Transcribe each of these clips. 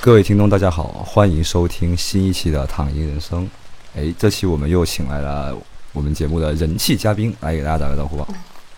各位听众大家好，欢迎收听新一期的躺赢人生。这期我们又请来了我们节目的人气嘉宾，来给大家打个招呼吧。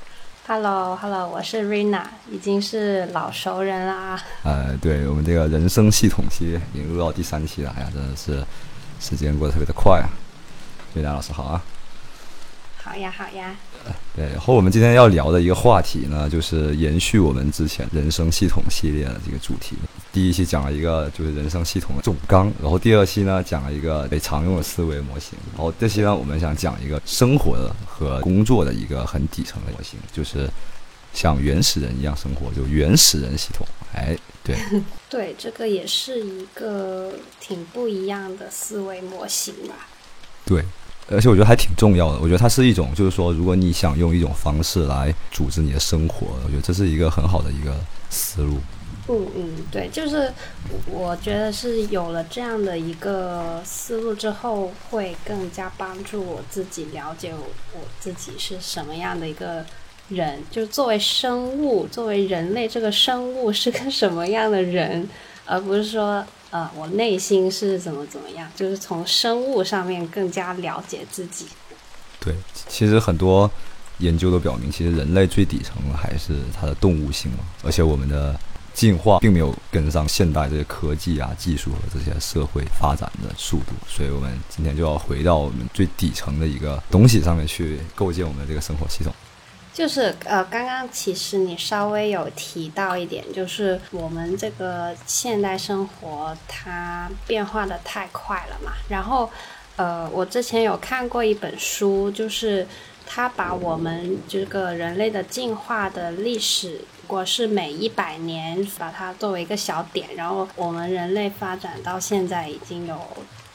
Hello， 我是 Rina， 已经是老熟人啦。 对，我们这个人生系统期引入到第3期了，真的是时间过得特别的快啊。Rina 老师好啊。 好呀。 对，然后我们今天要聊的一个话题呢，就是延续我们之前人生系统系列的这个主题。第1期讲了一个就是人生系统的总纲，然后第2期呢讲了一个被常用的思维模型，然后这期呢我们想讲一个生活的和工作的一个很底层的模型，就是像原始人一样生活，就原始人系统。对对，这个也是一个挺不一样的思维模型吧。 对，而且我觉得还挺重要的。我觉得它是一种，就是说，如果你想用一种方式来组织你的生活，我觉得这是一个很好的一个思路。 对，就是我觉得是有了这样的一个思路之后，会更加帮助我自己了解我自己是什么样的一个人，就是作为生物，作为人类这个生物是个什么样的人，而不是说我内心是怎么样，就是从生物上面更加了解自己。 对，其实很多研究都表明，其实人类最底层的还是它的动物性嘛，而且我们的进化并没有跟上现代这些科技啊、技术和这些社会发展的速度，所以我们今天就要回到我们最底层的一个东西上面去构建我们的这个生活系统。 就是刚刚其实你稍微有提到一点，就是我们这个现代生活它变化的太快了嘛。然后我之前有看过一本书，就是它把我们这个人类的进化的历史，如果是每100年把它作为一个小点，然后我们人类发展到现在已经有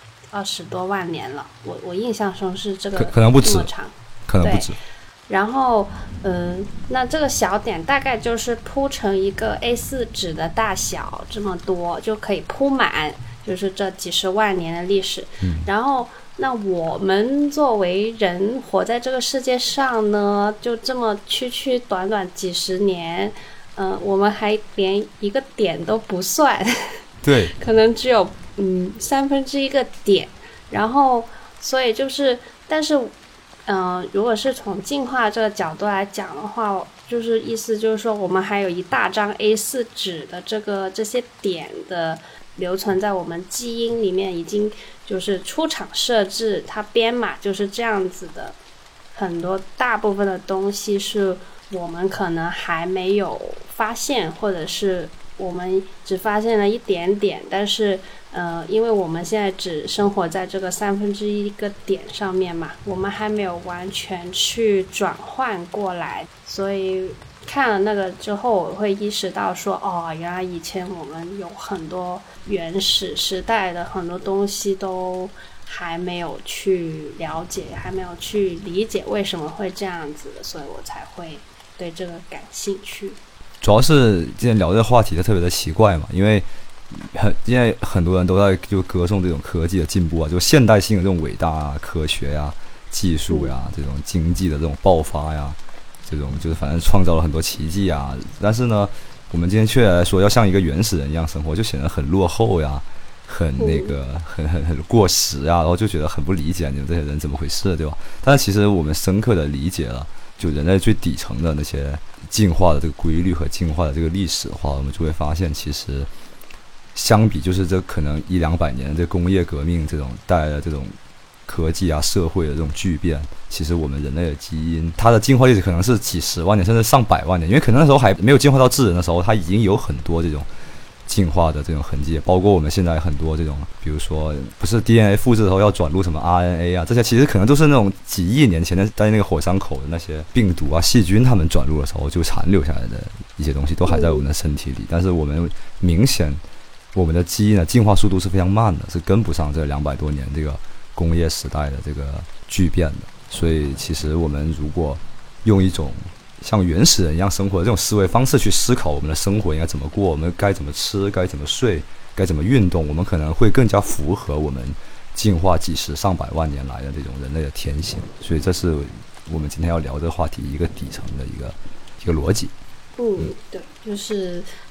20多万年了。我印象中是这个可能不止， 这么长， 可能不止。 然后那这个小点大概就是铺成一个 A4 纸的大小这么多，就可以铺满，就是这几十万年的历史。然后那我们作为人活在这个世界上呢，就这么区短短几十年，我们还连一个点都不算， 对， 可能只有1/3个点。然后所以就是但是如果是从进化这个角度来讲的话，就是意思就是说我们还有一大张 A4 纸的这些点的留存在我们基因里面，已经就是出厂设置，它编码就是这样子的。很多大部分的东西是我们可能还没有发现，或者是我们只发现了一点点，但是因为我们现在只生活在这个1/3个点上面嘛，我们还没有完全去转换过来，所以看了那个之后，我会意识到说，原来以前我们有很多原始时代的很多东西都还没有去了解，还没有去理解为什么会这样子的，所以我才会对这个感兴趣。 主要是今天聊这个话题就特别的奇怪嘛，因为现在很多人都在就歌颂这种科技的进步啊，就现代性的这种伟大啊、科学呀、技术呀、这种经济的这种爆发呀，这种就是反正创造了很多奇迹啊。但是呢，我们今天却来说要像一个原始人一样生活，就显得很落后呀，很那个很过时啊，然后就觉得很不理解你们这些人怎么回事，对吧？但是其实我们深刻的理解了就人类最底层的那些进化的这个规律和进化的这个历史的话，我们就会发现其实相比就是这可能100-200年的这工业革命这种带来的这种科技啊社会的这种巨变，其实我们人类的基因它的进化历史可能是几十万年甚至上百万年，因为可能那时候还没有进化到智人的时候，它已经有很多这种进化的这种痕迹，包括我们现在很多这种比如说不是 DNA 复制的时候要转录什么 RNA 啊，这些其实可能都是那种几亿年前的在那个火山口的那些病毒啊细菌他们转录的时候就残留下来的一些东西都还在我们的身体里，但是我们明显我们的基因的进化速度是非常慢的，是跟不上这200多年这个工业时代的这个巨变的。所以其实我们如果用一种像原始人一样生活的这种思维方式去思考我们的生活应该怎么过，我们该怎么吃，该怎么睡，该怎么运动，我们可能会更加符合我们进化几十上百万年来的这种人类的天性。所以这是我们今天要聊这个话题一个底层的一个逻辑。 对，就是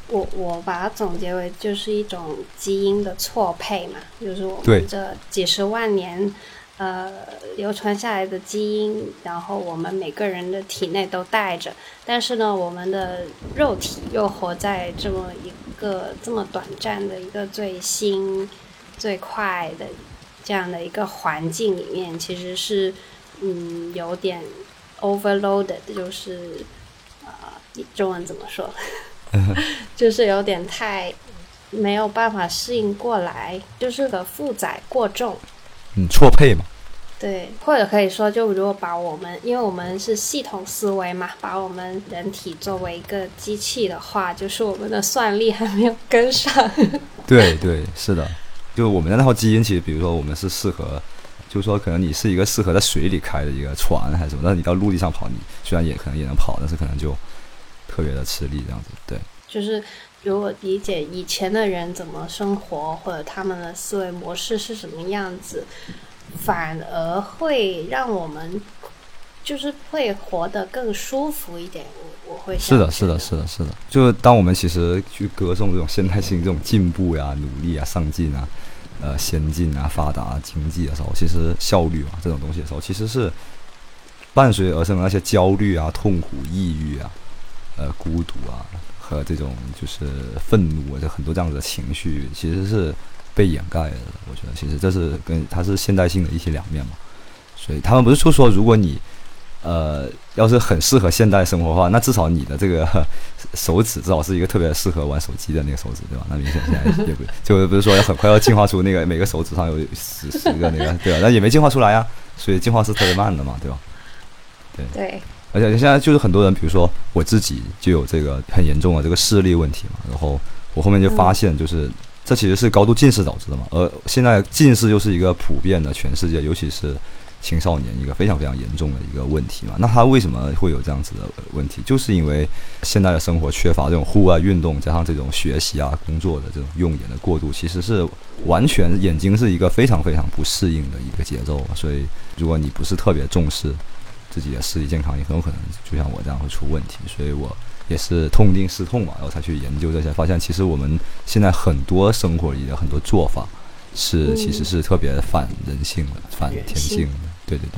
我把它总结为就是一种基因的错配嘛，就是我对们这几十万年流传下来的基因，然后我们每个人的体内都带着，但是呢，我们的肉体又活在这么一个这么短暂的一个最新、最快的这样的一个环境里面，其实是有点 overloaded， 就是中文怎么说？就是有点太没有办法适应过来，就是个负载过重。 错配嘛。 对，或者可以说，就如果把我们，因为我们是系统思维嘛，把我们人体作为一个机器的话，就是我们的算力还没有跟上。 对对，是的，就我们的那套基因，其实比如说我们是适合，就是说可能你是一个适合在水里开的一个船还是什么，但是你到陆地上跑，你虽然也可能也能跑，但是可能就特别的吃力这样子。对， 就是如果理解以前的人怎么生活，或者他们的思维模式是什么样子，反而会让我们就是会活得更舒服一点。我会是的，是的，是的，是的。就是当我们其实去歌颂这种现代性、这种进步呀、努力啊、上进啊、先进啊、发达经济的时候，其实效率啊这种东西的时候，其实是伴随而生的那些焦虑啊、痛苦、抑郁啊、孤独啊和这种就是愤怒啊，就很多这样子的情绪，其实是被掩盖的。我觉得其实这是跟它是现代性的一体两面嘛。所以他们不是说如果你要是很适合现代生活的话，那至少你的这个手指至少是一个特别适合玩手机的那个手指，对吧？那明显现在也就不是说很快要进化出那个每个手指上有十个那个，对吧？那也没进化出来呀，所以进化是特别慢的嘛，对吧？ 对。 而且现在就是很多人，比如说我自己就有这个很严重的这个视力问题嘛，然后我后面就发现，就是这其实是高度近视导致的嘛，而现在近视又是一个普遍的全世界，尤其是青少年一个非常非常严重的一个问题嘛。那他为什么会有这样子的问题？就是因为现代的生活缺乏这种户外运动，加上这种学习啊、工作的这种用眼的过度，其实是完全眼睛是一个非常非常不适应的一个节奏。所以如果你不是特别重视自己的视力健康，也很有可能就像我这样会出问题。所以我也是痛定思痛嘛，然后才去研究这些，发现其实我们现在很多生活里的很多做法是其实是特别反人性的、反天性的。对对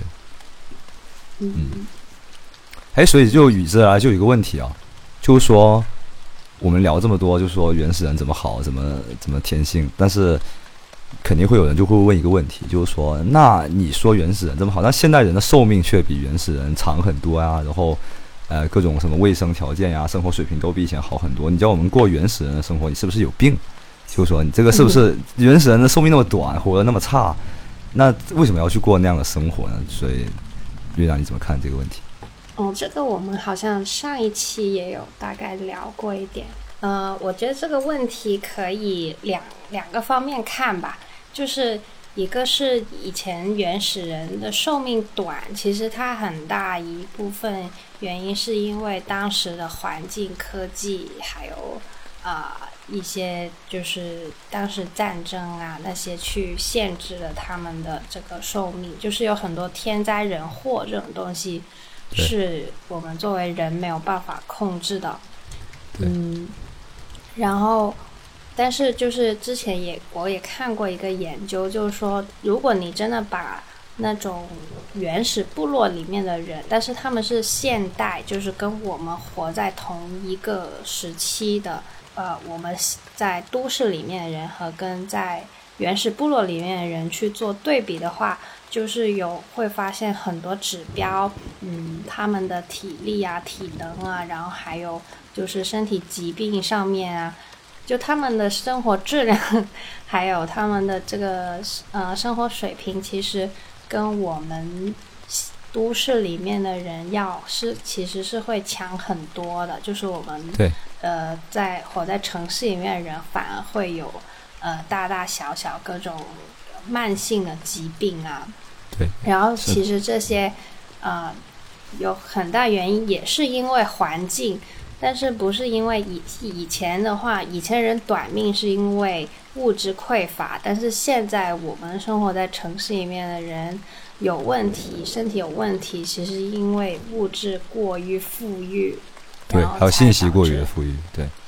对。所以就与之而来就有一个问题啊，就是说我们聊这么多，就是说原始人怎么好，怎么天性，但是肯定会有人就会问一个问题，就是说那你说原始人这么好，那现代人的寿命却比原始人长很多呀，然后各种什么卫生条件呀、生活水平都比以前好很多，你叫我们过原始人的生活，你是不是有病？就是说你这个是不是原始人的寿命那么短，活得那么差，那为什么要去过那样的生活呢？所以月亮你怎么看这个问题？ 这个我们好像上一期也有大概聊过一点。我觉得这个问题可以两个方面看吧，就是一个是以前原始人的寿命短，其实它很大一部分原因是因为当时的环境、科技，还有一些就是当时战争啊那些去限制了他们的这个寿命，就是有很多天灾人祸这种东西是我们作为人没有办法控制的。然后但是就是之前我也看过一个研究，就是说如果你真的把那种原始部落里面的人，但是他们是现代，就是跟我们活在同一个时期的我们在都市里面的人和跟在原始部落里面的人去做对比的话，就是会发现很多指标，他们的体力啊、体能啊，然后还有就是身体疾病上面啊，就他们的生活质量，还有他们的这个生活水平，其实跟我们都市里面的人其实是会强很多的。就是我们活在城市里面的人，反而会有大大小小各种慢性的疾病啊。 对。 然后其实这些有很大原因也是因为环境，但是不是因为以前的话，以前人短命是因为物质匮乏，但是现在我们生活在城市里面的人有问题，身体有问题，其实因为物质过于富裕， 对，还有信息过于的富裕，对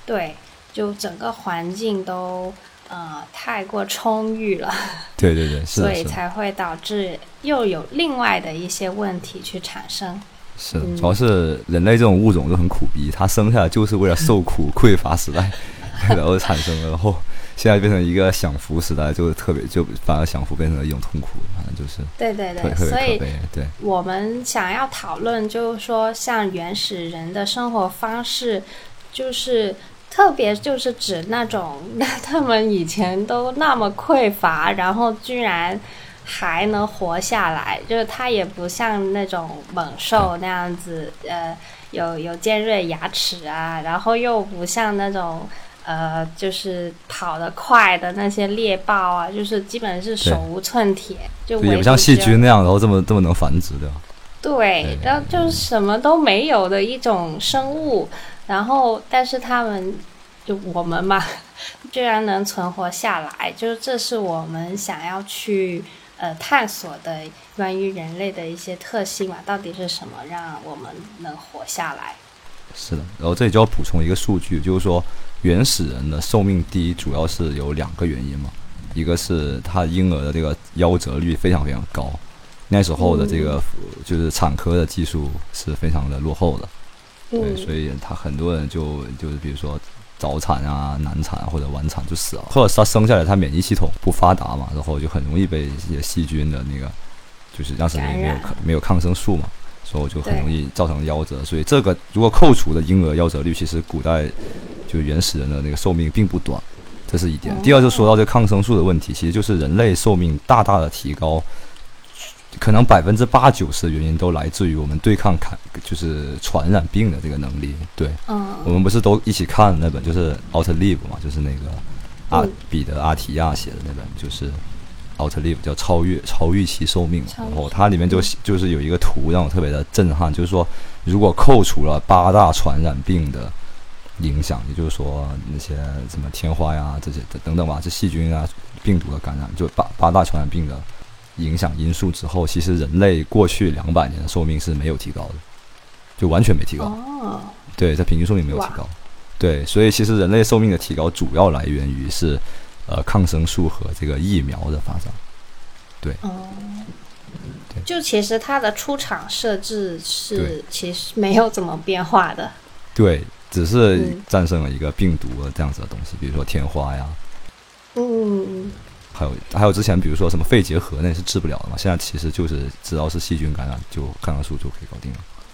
对，就整个环境都太过充裕了， 对对对，是的， 所以才会导致又有另外的一些问题去产生。 是的，主要是人类这种物种就很苦逼，它生下来就是为了受苦匮乏时代，然后产生了，然后现在变成一个享福时代，就反而享福变成了一种痛苦，反正就是对对对， 特别所以可悲。对， 我们想要讨论，就是说像原始人的生活方式，就是特别就是指那种他们以前都那么匮乏，然后居然还能活下来，就是它也不像那种猛兽那样子，有尖锐牙齿啊，然后又不像那种就是跑得快的那些猎豹啊，就是基本是手无寸铁，就也不像细菌那样，然后这么能繁殖的。 对，然后就是什么都没有的一种生物，然后但是他们就我们嘛，居然能存活下来，就是这是我们想要去探索的关于人类的一些特性嘛，到底是什么让我们能活下来？ 是的，然后这里就要补充一个数据，就是说原始人的寿命低，主要是有2个原因嘛，一个是他婴儿的这个夭折率非常非常高，那时候的这个就是产科的技术是非常的落后的，对，所以他很多人就是比如说早产啊、难产或者晚产就死了，或者是他生下来他免疫系统不发达嘛，然后就很容易被一些细菌的那个就是当时没有抗生素嘛，所以就很容易造成夭折。所以这个如果扣除的婴儿夭折率，其实古代就原始人的那个寿命并不短，这是一点。第二就说到这抗生素的问题，其实就是人类寿命大大的提高，可能80%-90%的原因都来自于我们对抗就是传染病的这个能力。对，我们不是都一起看那本就是《Outlive》嘛，就是那个彼得阿提亚写的那本，就是《Outlive》叫超越期寿命。然后它里面就是有一个图让我特别的震撼，就是说如果扣除了8大传染病的影响，也就是说那些什么天花呀这些等等吧，这细菌啊病毒的感染，就八大传染病的影响因素之后，其实人类过去200年的寿命是没有提高的，就完全没提高。对，在平均寿命没有提高。对，所以其实人类寿命的提高主要来源于是抗生素和这个疫苗的发展。对。对， 就其实它的出厂设置是其实没有怎么变化的。 对，只是战胜了一个病毒这样子的东西，比如说天花呀。还有之前比如说什么肺结核，那也是治不了的嘛，现在其实就是只要是细菌感染，就抗生素就可以搞定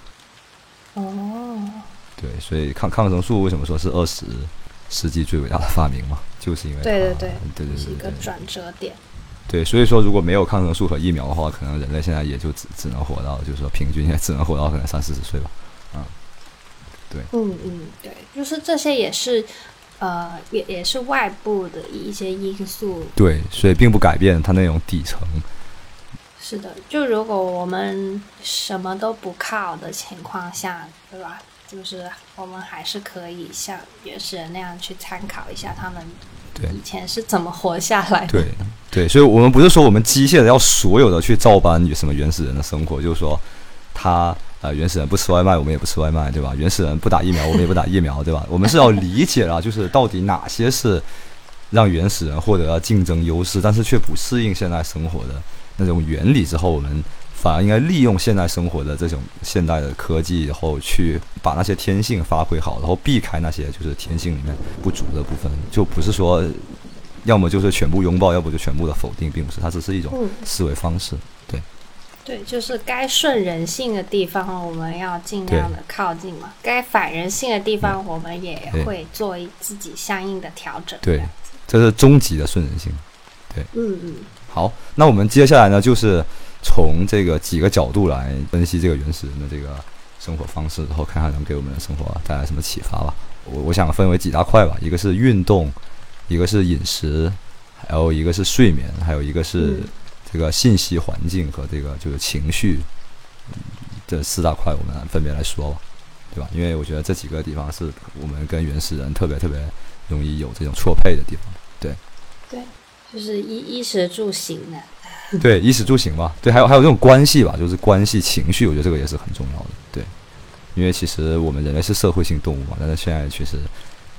了。对，所以抗生素为什么说是20世纪最伟大的发明嘛，就是因为对， 是一个转折点。 对，所以说如果没有抗生素和疫苗的话，可能人类现在也就只能活到，就是说平均也只能活到可能30-40岁吧。对。 对，就是这些也是。也是外部的一些因素， 对，所以并不改变它那种底层。 是的，就如果我们什么都不靠的情况下，对吧？就是我们还是可以像原始人那样去参考一下他们以前是怎么活下来的。 对，所以我们不是说我们机械的要所有的去照搬什么原始人的生活，就是说他。原始人不吃外卖，我们也不吃外卖，对吧？原始人不打疫苗，我们也不打疫苗，对吧？我们是要理解了，就是到底哪些是让原始人获得了竞争优势，但是却不适应现代生活的那种原理之后，我们反而应该利用现代生活的这种现代的科技，然后去把那些天性发挥好，然后避开那些就是天性里面不足的部分，就不是说要么就是全部拥抱，要不就全部的否定，并不是，它只是一种思维方式。 对，就是该顺人性的地方，我们要尽量的靠近嘛；该反人性的地方，我们也会做自己相应的调整。 对，这是终极的顺人性。对，好，那我们接下来呢，就是从这个几个角度来分析这个原始人的这个生活方式，然后看看能给我们的生活带来什么启发吧。我想分为几大块吧，一个是运动，一个是饮食，还有一个是睡眠，还有一个是这个信息环境和这个就是情绪，这4大块我们分别来说吧，对吧？因为我觉得这几个地方是我们跟原始人特别容易有这种错配的地方。 对，就是衣食住行的。 对，衣食住行吧。对，还有这种关系吧，就是关系情绪，我觉得这个也是很重要的。对，因为其实我们人类是社会性动物嘛，但是现在其实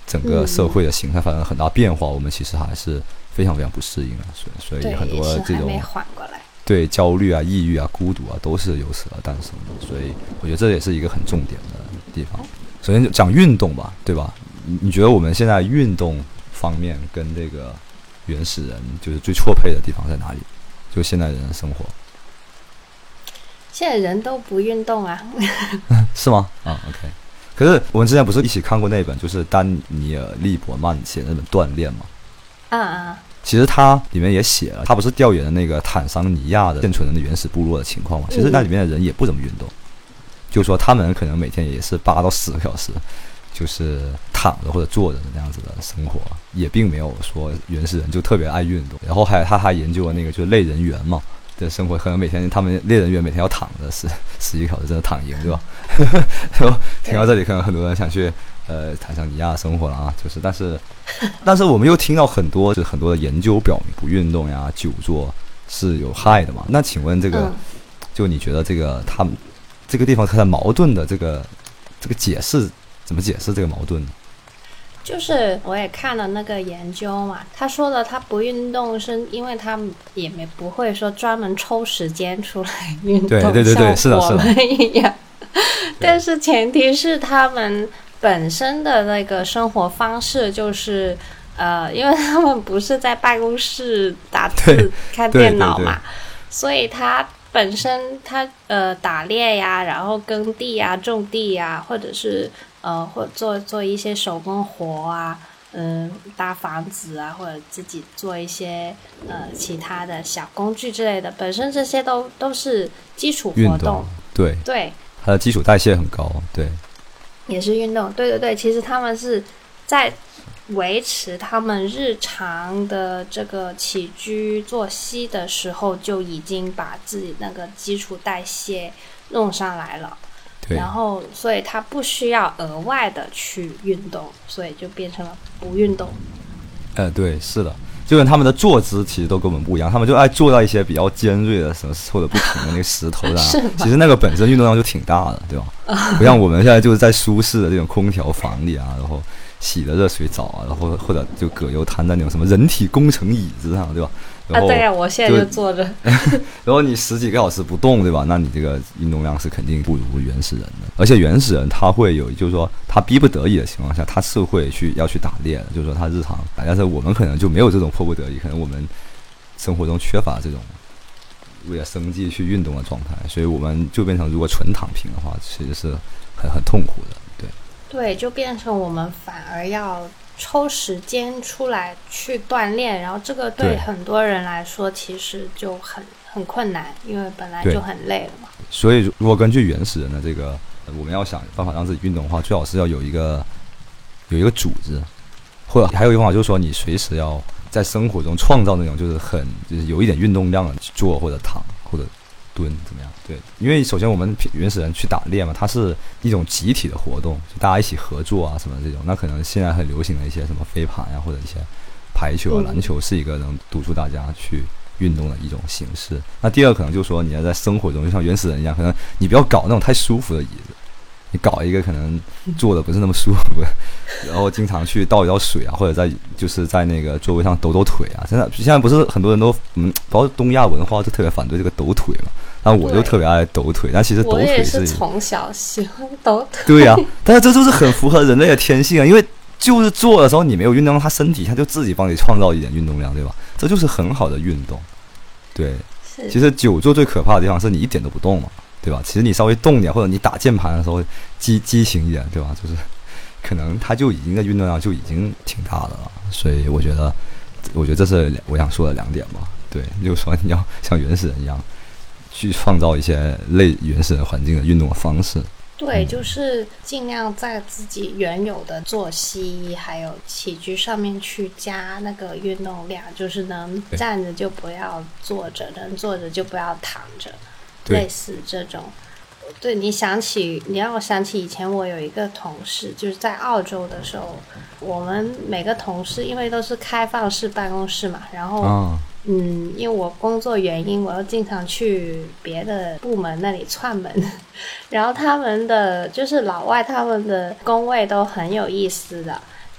整个社会的形态发生了很大变化，我们其实还是非常非常不适应的，所以很多这种还没缓过来。 对焦虑啊、抑郁啊、孤独啊，都是由此而诞生的。所以我觉得这也是一个很重点的地方。首先讲运动吧，对吧？你觉得我们现在运动方面跟这个原始人就是最错配的地方在哪里？就现代人的生活。 现在人都不运动啊。 是吗？啊 ，OK。可是我们之前不是一起看过那本就是丹尼尔·利伯曼写的那本《锻炼》吗？其实他里面也写了，他不是调研了那个坦桑尼亚的现存的原始部落的情况吗？其实那里面的人也不怎么运动，就是说他们可能每天也是8到10个小时，就是躺着或者坐着的那样子的生活，也并没有说原始人就特别爱运动。然后他还研究了那个就是类人猿嘛的生活，可能每天他们类人猿每天要躺着11个小时，真的躺赢，对吧？然后听到这里，可能很多人想去坦桑尼亚生活了啊，就是但是我们又听到很多的研究表明，不运动呀、久坐是有害的嘛。那请问这个，就你觉得这个他们这个地方它的矛盾的这个解释怎么解释这个矛盾呢？ 就是我也看了那个研究嘛，他说的他不运动是因为他也不会说专门抽时间出来运动， 对，是的， 像我们一样。但是前提是他们本身的那个生活方式就是因为他们不是在办公室打字看电脑嘛，所以他本身他打猎呀，然后耕地呀、种地呀，或者是或做一些手工活啊，搭房子啊，或者自己做一些其他的小工具之类的，本身这些都是基础活动。对， 它的基础代谢很高，对， 也是运动。对，其实他们是在维持他们日常的这个起居作息的时候，就已经把自己那个基础代谢弄上来了。然后所以他不需要额外的去运动，所以就变成了不运动。 对，是的，就跟他们的坐姿其实都跟我们不一样，他们就爱坐到一些比较尖锐的什么或者不平的那个石头上其实那个本身运动量就挺大的，对吧？不像我们现在就是在舒适的这种空调房里啊，然后洗的热水澡啊，然后或者就葛优瘫在那种什么人体工程椅子上，对吧？ 对呀，我现在就坐着。 然后你10几个小时不动，对吧？那你这个运动量是肯定不如原始人的。而且原始人他会有，就是说他逼不得已的情况下，他是会要去打猎的，就是说他日常。但是我们可能就没有这种迫不得已，可能我们生活中缺乏这种为了生计去运动的状态，所以我们就变成如果纯躺平的话，其实是很痛苦的。 对，就变成我们反而要抽时间出来去锻炼，然后这个对很多人来说其实就很困难，因为本来就很累了嘛。 所以如果根据原始人的这个，我们要想办法让自己运动的话，最好是要有一个组织，或者还有一个方法就是说，你随时要在生活中创造那种就是有一点运动量的去做或者躺或者蹲怎么样？对，因为首先我们原始人去打猎嘛，它是一种集体的活动，就大家一起合作啊什么这种。那可能现在很流行的一些什么飞盘呀，或者一些排球啊、篮球，是一个能督促大家去运动的一种形式。那第二可能就是说，你要在生活中就像原始人一样，可能你不要搞那种太舒服的椅子，你搞一个可能坐的不是那么舒服，然后经常去倒一倒水啊，或者就是在那个座位上抖抖腿啊。现在不是很多人都包括东亚文化就特别反对这个抖腿嘛。但我就特别爱抖腿，但其实抖腿我也是从小喜欢抖腿。 对呀，但是这就是很符合人类的天性啊，因为就是做的时候你没有运动，他身体他就自己帮你创造一点运动量，对吧？这就是很好的运动。对，其实久坐最可怕的地方是你一点都不动嘛，对吧？其实你稍微动点，或者你打键盘的时候激情一点，对吧？就是可能他就已经的运动量就已经挺大的了。所以我觉得这是我想说的2点吧。对，就是说你要像原始人一样去创造一些类原始人环境的运动的方式。 对，就是尽量在自己原有的作息还有起居上面去加那个运动量，就是能站着就不要坐着，能坐着就不要躺着，类似这种。对，你让我想起以前我有一个同事，就是在澳洲的时候，我们每个同事因为都是开放式办公室嘛，然后因为我工作原因，我又经常去别的部门那里串门，然后他们的就是老外，他们的工位都很有意思的，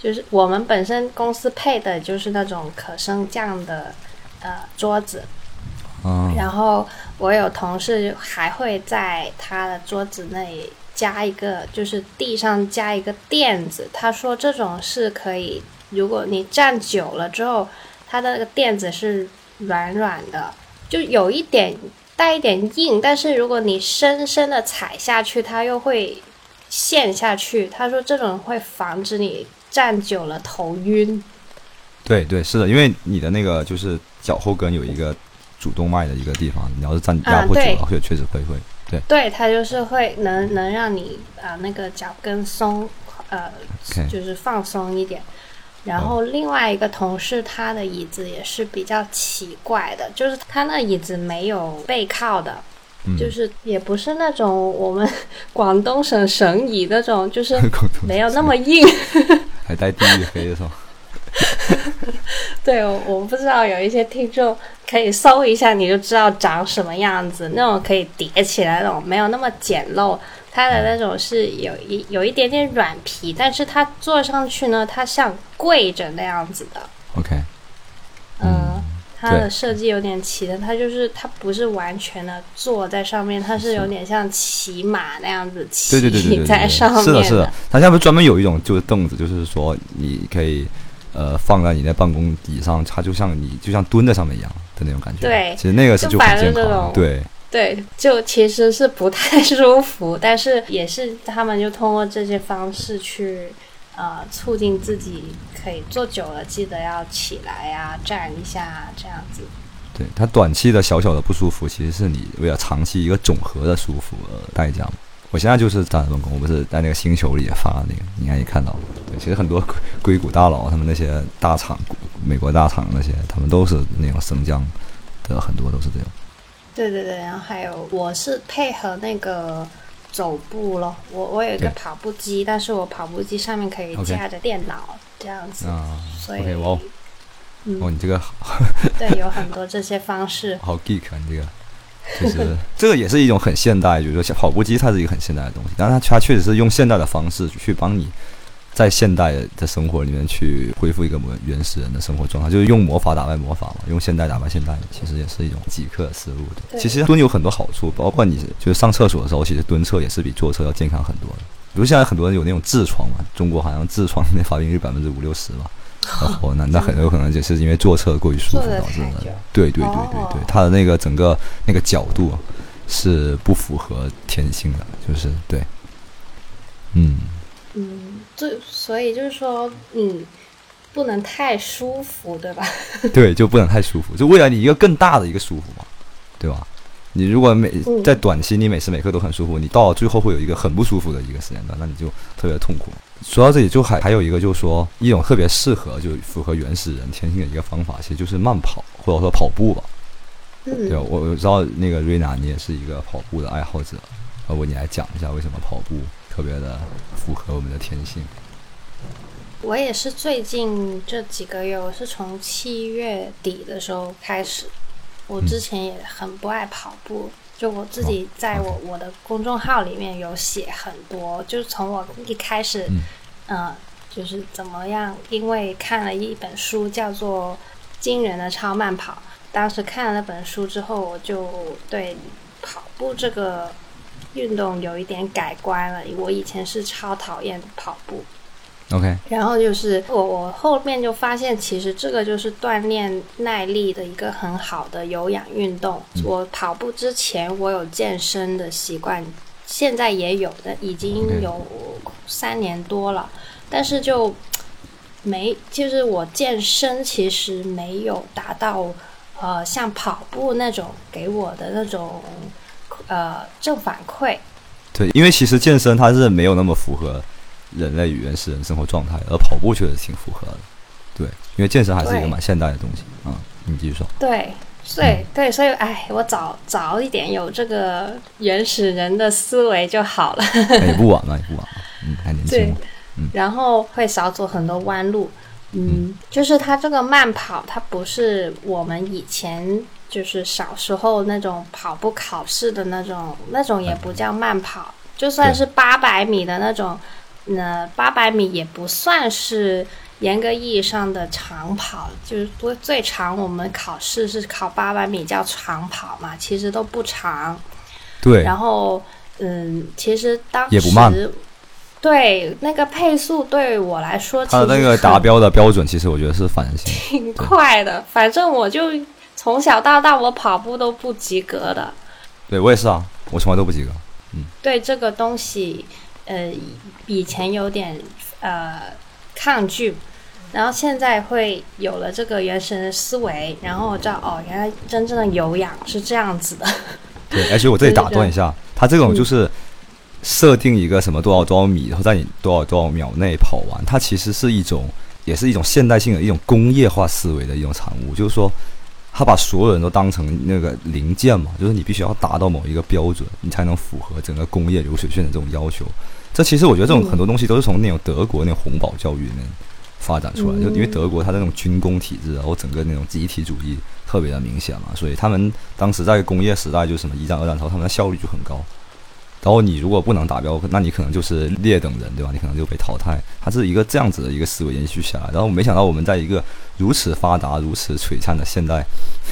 就是我们本身公司配的就是那种可升降的桌子，然后我有同事还会在他的桌子那里加一个，就是地上加一个垫子，他说这种是可以，如果你站久了之后，它的那个垫子是软软的，就有一点带一点硬，但是如果你深深的踩下去，它又会陷下去。他说这种会防止你站久了头晕。 对对，是的，因为你的那个就是脚后跟有一个主动脉的一个地方，你要是站压迫久了，确实会对， 它就是会能让你那个脚跟松就是放松一点。然后另外一个同事他的椅子也是比较奇怪的，就是他那椅子没有背靠的，就是也不是那种我们广东省省椅那种，就是没有那么硬还带地域黑的是吗？ 对，我不知道，有一些听众可以搜一下，你就知道长什么样子。那种可以叠起来那种，没有那么简陋。它的那种是有一点点软皮，但是它坐上去呢，它像跪着那样子的。 OK， 它的设计有点奇的，它不是完全的坐在上面，它是有点像骑马那样子骑在上面的。 是的，它下面专门有一种就是凳子，就是说你可以放在你的办公椅上，它就像蹲在上面一样的那种感觉。 对， 其实那个是就很健康。 对，就其实是不太舒服，但是也是他们就通过这些方式去促进自己可以坐久了记得要起来呀，站一下这样子。 对，它短期的小小的不舒服，其实是你为了长期一个总和的舒服代价。我现在就是站着办公，我不是在那个星球里也发那个，你应该也看到了。对，其实很多硅谷大佬，他们那些大厂，美国大厂那些，他们都是那种升降的，很多都是这样。 对，然后还有我是配合那个走步咯，我有一个跑步机，但是我跑步机上面可以架着电脑这样子，所以你这个对，有很多这些方式。 好 geek 啊，你这个。就是这个也是一种很现代，就是说跑步机它是一个很现代的东西，但是它确实是用现代的方式去帮你在现代的生活里面去恢复一个原始人的生活状态，就是用魔法打败魔法嘛，用现代打败现代，其实也是一种极客思路的。其实蹲有很多好处，包括你就是上厕所的时候，其实蹲厕也是比坐厕要健康很多的。比如现在很多人有那种痔疮嘛，中国好像痔疮的发病率50%-60%吧。那很有可能就是因为坐厕过于舒服导致的。对，它的那个整个那个角度是不符合天性的，就是对， 所以就是说你不能太舒服，对吧？ 对，就不能太舒服，就为了你一个更大的一个舒服嘛，对吧？你如果在短期你每时每刻都很舒服，你到了最后会有一个很不舒服的一个时间段，那你就特别痛苦。说到这里，就还有一个就是说一种特别适合就符合原始人天性的一个方法，其实就是慢跑或者说跑步吧。对，我知道那个瑞娜你也是一个跑步的爱好者，要不你来讲一下为什么跑步特别的符合我们的天性？ 我也是最近这几个月，我是从7月底的时候开始。我之前也很不爱跑步，就我自己在我的公众号里面有写很多，就是从我一开始就是怎么样，因为看了一本书叫做《惊人的超慢跑》，当时看了那本书之后，我就对跑步这个运动有一点改观了。我以前是超讨厌跑步 ，OK， 然后就是我后面就发现，其实这个就是锻炼耐力的一个很好的有氧运动。我跑步之前我有健身的习惯，现在也有的，已经有3年多了，但是就是我健身其实没有达到像跑步那种给我的那种正反馈。 对，因为其实健身它是没有那么符合人类与原始人生活状态，而跑步确实挺符合的。对，因为健身还是一个蛮现代的东西你继续说。 对，所以我早一点有这个原始人的思维就好了。 也不晚了，还年轻。 对，然后会少走很多弯路。就是它这个慢跑，它不是我们以前就是小时候那种跑步考试的那种也不叫慢跑，就算是800米的那种那800米也不算是严格意义上的长跑，就是最长我们考试是考800米叫长跑嘛，其实都不长。 对。 然后其实当时也不慢。 对，那个配速对我来说其实它的那个达标的标准其实我觉得是反人性， 挺快的。反正我就从小到大我跑步都不及格的。 对，我也是啊，我从来都不及格。 对这个东西以前有点抗拒，然后现在会有了这个原神的思维，然后我知道原来真正的有氧是这样子的。 对，而且我这里打断一下，它这种就是设定一个什么多少米，然后在你多少秒内跑完，它其实是也是一种现代性的一种工业化思维的一种产物，就是说他把所有人都当成那个零件嘛，就是你必须要达到某一个标准，你才能符合整个工业流水线的这种要求。这其实我觉得这种很多东西都是从那种德国那种洪堡教育里面发展出来，就因为德国它那种军工体制，然后整个那种集体主义特别的明显嘛，所以他们当时在工业时代就是什么1战2战，然后他们的效率就很高。然后你如果不能达标，那你可能就是劣等人，对吧？你可能就被淘汰。它是一个这样子的一个思维延续下来。然后没想到我们在一个如此发达、如此璀璨的现代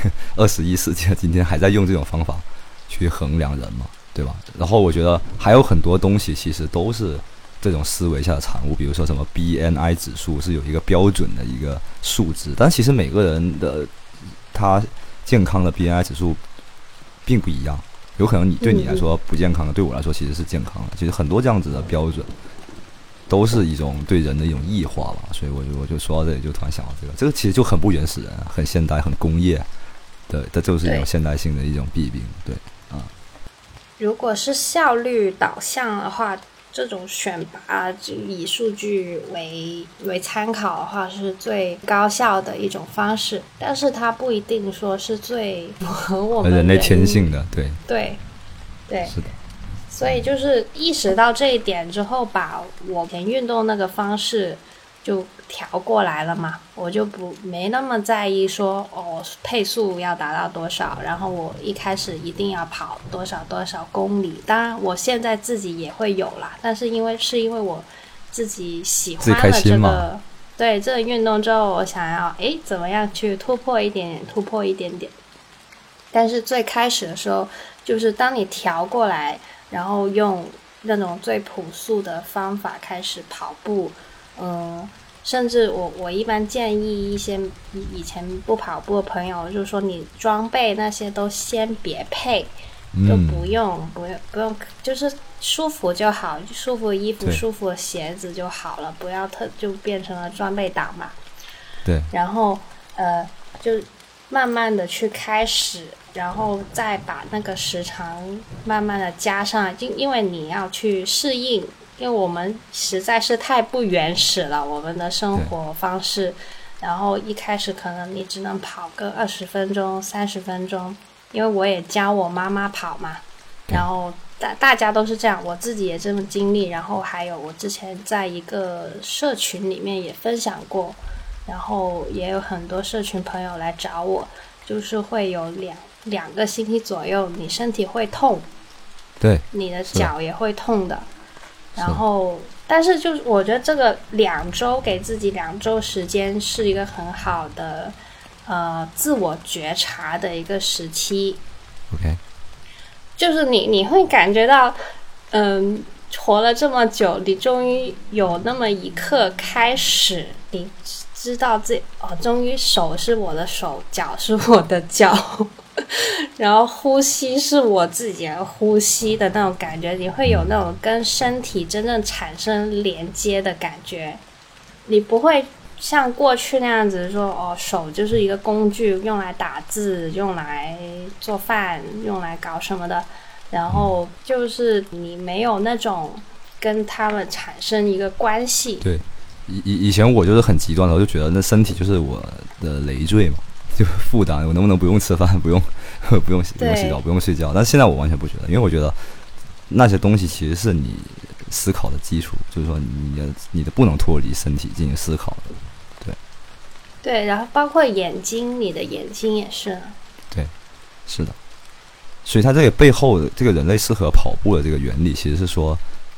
21世纪，今天还在用这种方法去衡量人嘛，对吧？然后我觉得还有很多东西其实都是这种思维下的产物，比如说什么 BNI 指数是有一个标准的一个数值，但其实每个人的他健康的 BNI 指数并不一样。有可能对你来说不健康的，对我来说其实是健康的。其实很多这样子的标准都是一种对人的一种异化吧。所以我就说到这里，就突然想到这个其实就很不原始人，很现代，很工业的，这就是一种现代性的一种弊病。对啊。 如果是效率导向的话，这种选拔就以数据为参考的话，是最高效的一种方式，但是它不一定说是最符合我们人类天性的。对， 是的。所以就是意识到这一点之后，把我前运动那个方式就调过来了嘛，我就没那么在意说配速要达到多少，然后我一开始一定要跑多少公里。当然我现在自己也会有啦，但是因为我自己喜欢了这个对这个运动之后，我想要怎么样去突破一点点。但是最开始的时候，就是当你调过来，然后用那种最朴素的方法开始跑步，甚至我一般建议一些以前不跑步的朋友，就是说你装备那些都先别配，就不用，就是舒服就好，舒服的衣服、舒服的鞋子就好了，不要就变成了装备党嘛。 对。 然后就慢慢的去开始，然后再把那个时长慢慢的加上，因为你要去适应，因为我们实在是太不原始了，我们的生活方式。然后一开始可能你只能跑个20分钟、30分钟，因为我也教我妈妈跑嘛，然后大家都是这样，我自己也这么经历。然后还有我之前在一个社群里面也分享过，然后也有很多社群朋友来找我，就是会有两个星期左右你身体会痛， 对， 你的脚也会痛的。然后但是就是我觉得这个2周给自己2周时间是一个很好的自我觉察的一个时期。 OK， 就是你会感觉到活了这么久，你终于有那么一刻开始，你知道自己终于手是我的手，脚是我的脚然后呼吸是我自己的呼吸的那种感觉，你会有那种跟身体真正产生连接的感觉。你不会像过去那样子说手就是一个工具，用来打字，用来做饭，用来搞什么的，然后就是你没有那种跟他们产生一个关系。 对，以前我就是很极端的，我就觉得那身体就是我的累赘嘛，就负担，我能不能不用吃饭，不用洗澡，不用睡觉。但是现在我完全不觉得，因为我觉得那些东西其实是你思考的基础，就是说你的不能脱离身体进行思考的。 对，然后包括眼睛，你的眼睛也是。 对，是的。所以它这个背后的这个人类适合跑步的这个原理，其实是说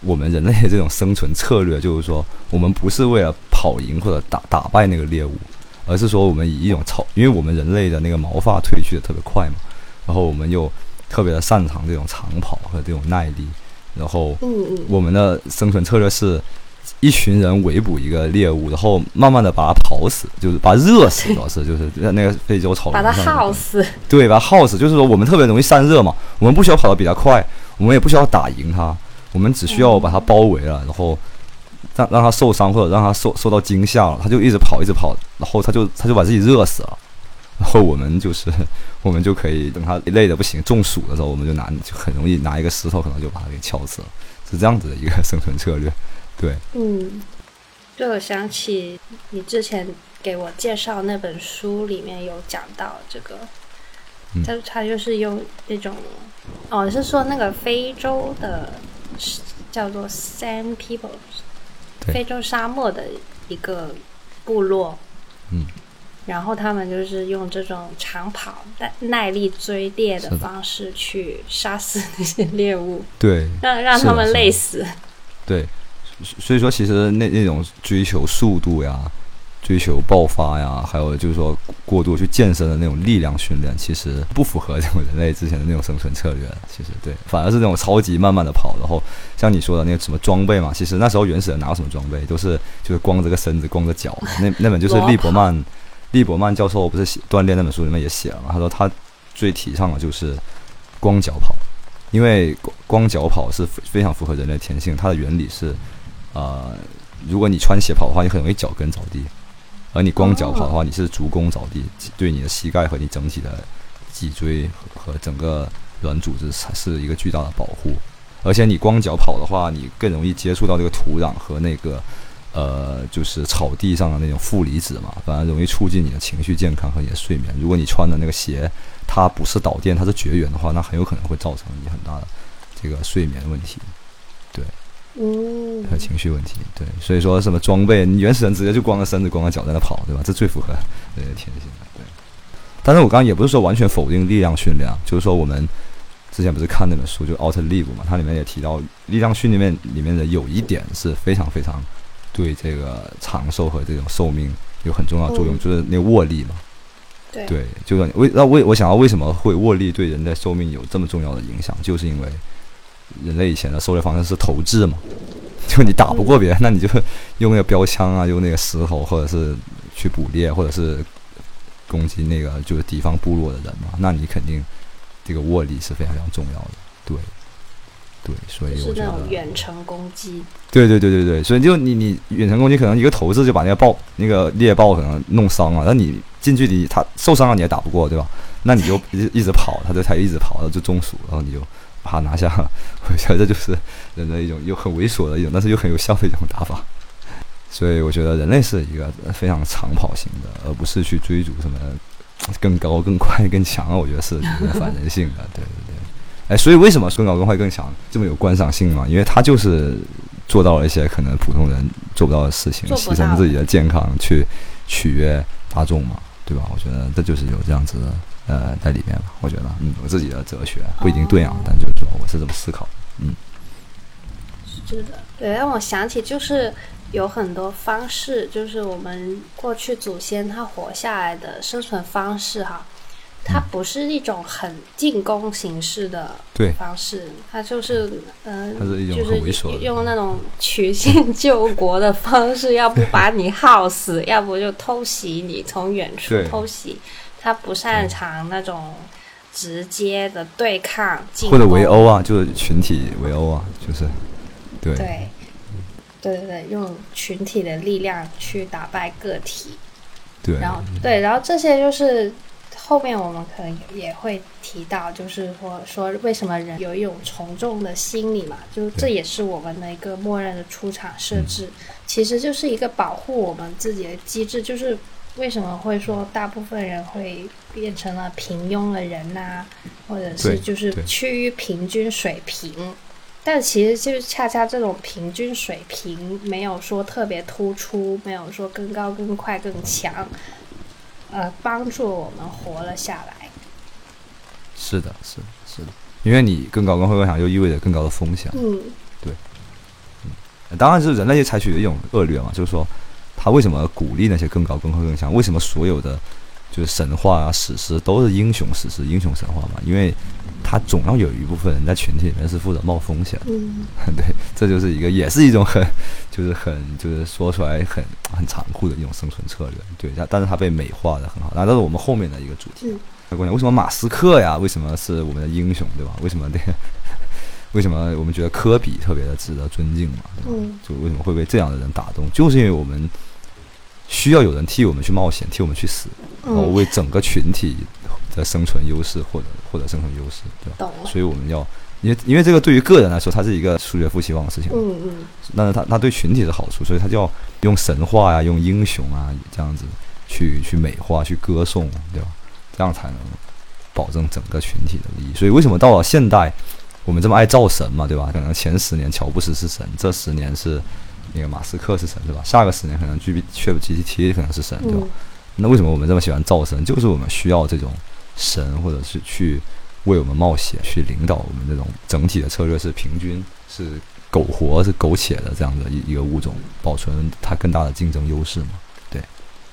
我们人类的这种生存策略，就是说我们不是为了跑赢或者打败那个猎物，而是说我们以一种因为我们人类的那个毛发褪去的特别快嘛，然后我们又特别的擅长这种长跑和这种耐力，然后我们的生存策略是一群人围捕一个猎物，然后慢慢的把它跑死，就是把它热死，主要是就是那个非洲草原上把它耗死， 对，把它耗死，就是说我们特别容易散热嘛，我们不需要跑得比它快，我们也不需要打赢它，我们只需要把它包围了，然后让它受伤或者让它受到惊吓了，它就一直跑，然后它就把自己热死了，然后我们就可以等它累得不行中暑的时候，我们就很容易拿一个石头可能就把它给敲死了，是这样子的一个生存策略。对， 就我想起你之前给我介绍那本书里面有讲到这个，他就是用那种是说那个非洲的叫做 Sand People， 非洲沙漠的一个部落，然后他们就是用这种长跑耐力追猎的方式去杀死那些猎物， 对， 让他们累死。 对，所以说其实那种追求速度呀，追求爆发呀，还有就是说过度去健身的那种力量训练，其实不符合这种人类之前的那种生存策略。其实对，反而是那种超级慢慢的跑，然后像你说的那个什么装备嘛，其实那时候原始人哪有什么装备，都是就是光着个身子光着脚。那本就是利伯曼教授不是锻炼那本书里面也写了嘛，他说他最提倡的就是光脚跑，因为光脚跑是非常符合人类天性，它的原理是如果你穿鞋跑的话，你很容易脚跟着地，而你光脚跑的话，你是足弓着地，对你的膝盖和你整体的脊椎和整个软组织是一个巨大的保护。而且你光脚跑的话，你更容易接触到这个土壤和那个就是草地上的那种负离子嘛，反而容易促进你的情绪健康和你的睡眠。如果你穿的那个鞋它不是导电，它是绝缘的话，那很有可能会造成你很大的这个睡眠问题，对，和情绪问题，对。所以说什么装备，你原始人直接就光着身子光着脚在那跑，对吧？这最符合人的天性的，对。但是我刚刚也不是说完全否定力量训练，就是说我们之前不是看那本书就 Outer Live 嘛，它里面也提到力量训练里面的有一点是非常非常对这个长寿和这种寿命有很重要的作用，就是那个握力嘛。对，就是我想要为什么会握力对人的寿命有这么重要的影响，就是因为人类以前的狩猎方式是投掷嘛，就你打不过别人，那你就用那个标枪啊，用那个石头，或者是去捕猎，或者是攻击那个就是敌方部落的人嘛，那你肯定这个握力是非常非常重要的，对，所以我觉得是那种远程攻击。 对，所以就你远程攻击可能一个投掷就把那个猎豹可能弄伤了，那你近距离他受伤了你也打不过，对吧？那你就一直跑，他一直跑，然后就中暑，然后你就把它拿下了。我觉得这就是人的一种又很猥琐的一种，但是又很有效的一种打法。所以我觉得人类是一个非常长跑型的，而不是去追逐什么更高、更快、更强。我觉得是反人性的，对。所以为什么更高、更快、更强这么有观赏性嘛？因为他就是做到了一些可能普通人做不到的事情，牺牲自己的健康去取悦大众嘛，对吧？我觉得这就是有这样子的在里面了。我觉得我自己的哲学不一定对啊，但就是说我是这么思考的。 是的，对，让我想起就是有很多方式，就是我们过去祖先他活下来的生存方式哈。它不是一种很进攻形式的方式，它就是它是一种很猥琐的， 就是用那种曲线救国的方式，要不把你耗死，要不就偷袭你，从远处偷袭。它不擅长那种直接的对抗进攻， 或者围殴啊，就是群体围殴啊，就是对， 用群体的力量去打败个体。 对， 然后这些就是后面我们可能也会提到，就是说为什么人有一种从众的心理嘛，就是这也是我们的一个默认的出场设置，其实就是一个保护我们自己的机制。就是为什么会说大部分人会变成了平庸的人啊，或者是就是趋于平均水平，但其实就是恰恰这种平均水平没有说特别突出，没有说更高更快更强，帮助我们活了下来。 是的，因为你更高更快更强就意味着更高的风险。 对， 当然是人类也采取的一种恶劣嘛，就是说他为什么鼓励那些更高更快更强？为什么所有的就是神话啊史诗都是英雄史诗英雄神话嘛？因为他总要有一部分人在群体里面是负责冒风险的。对，这就是一个也是一种就是说出来很残酷的一种生存策略。对，但是它被美化的很好。那这是我们后面的一个主题。为什么马斯克呀？为什么是我们的英雄，对吧？为什么我们觉得科比特别的值得尊敬嘛？对吧？就为什么会被这样的人打动？就是因为我们需要有人替我们去冒险，替我们去死，然后为整个群体的生存优势获得生存优势，对吧？所以我们要，因为这个对于个人来说，它是一个数学负期望的事情，但是它对群体是好处，所以它就要用神话呀，用英雄啊这样子去美化，去歌颂，对吧？这样才能保证整个群体的利益。所以为什么到了现代，我们这么爱造神嘛，对吧？可能前10年乔布斯是神，这10年是那个马斯克是神，对吧？下个10年可能 GPT 可能是神，对吧？那为什么我们这么喜欢造神？就是我们需要这种神，或者是去为我们冒险，去领导我们这种整体的策略是平均、是苟活、是苟且的这样的一个物种，保存它更大的竞争优势嘛？对，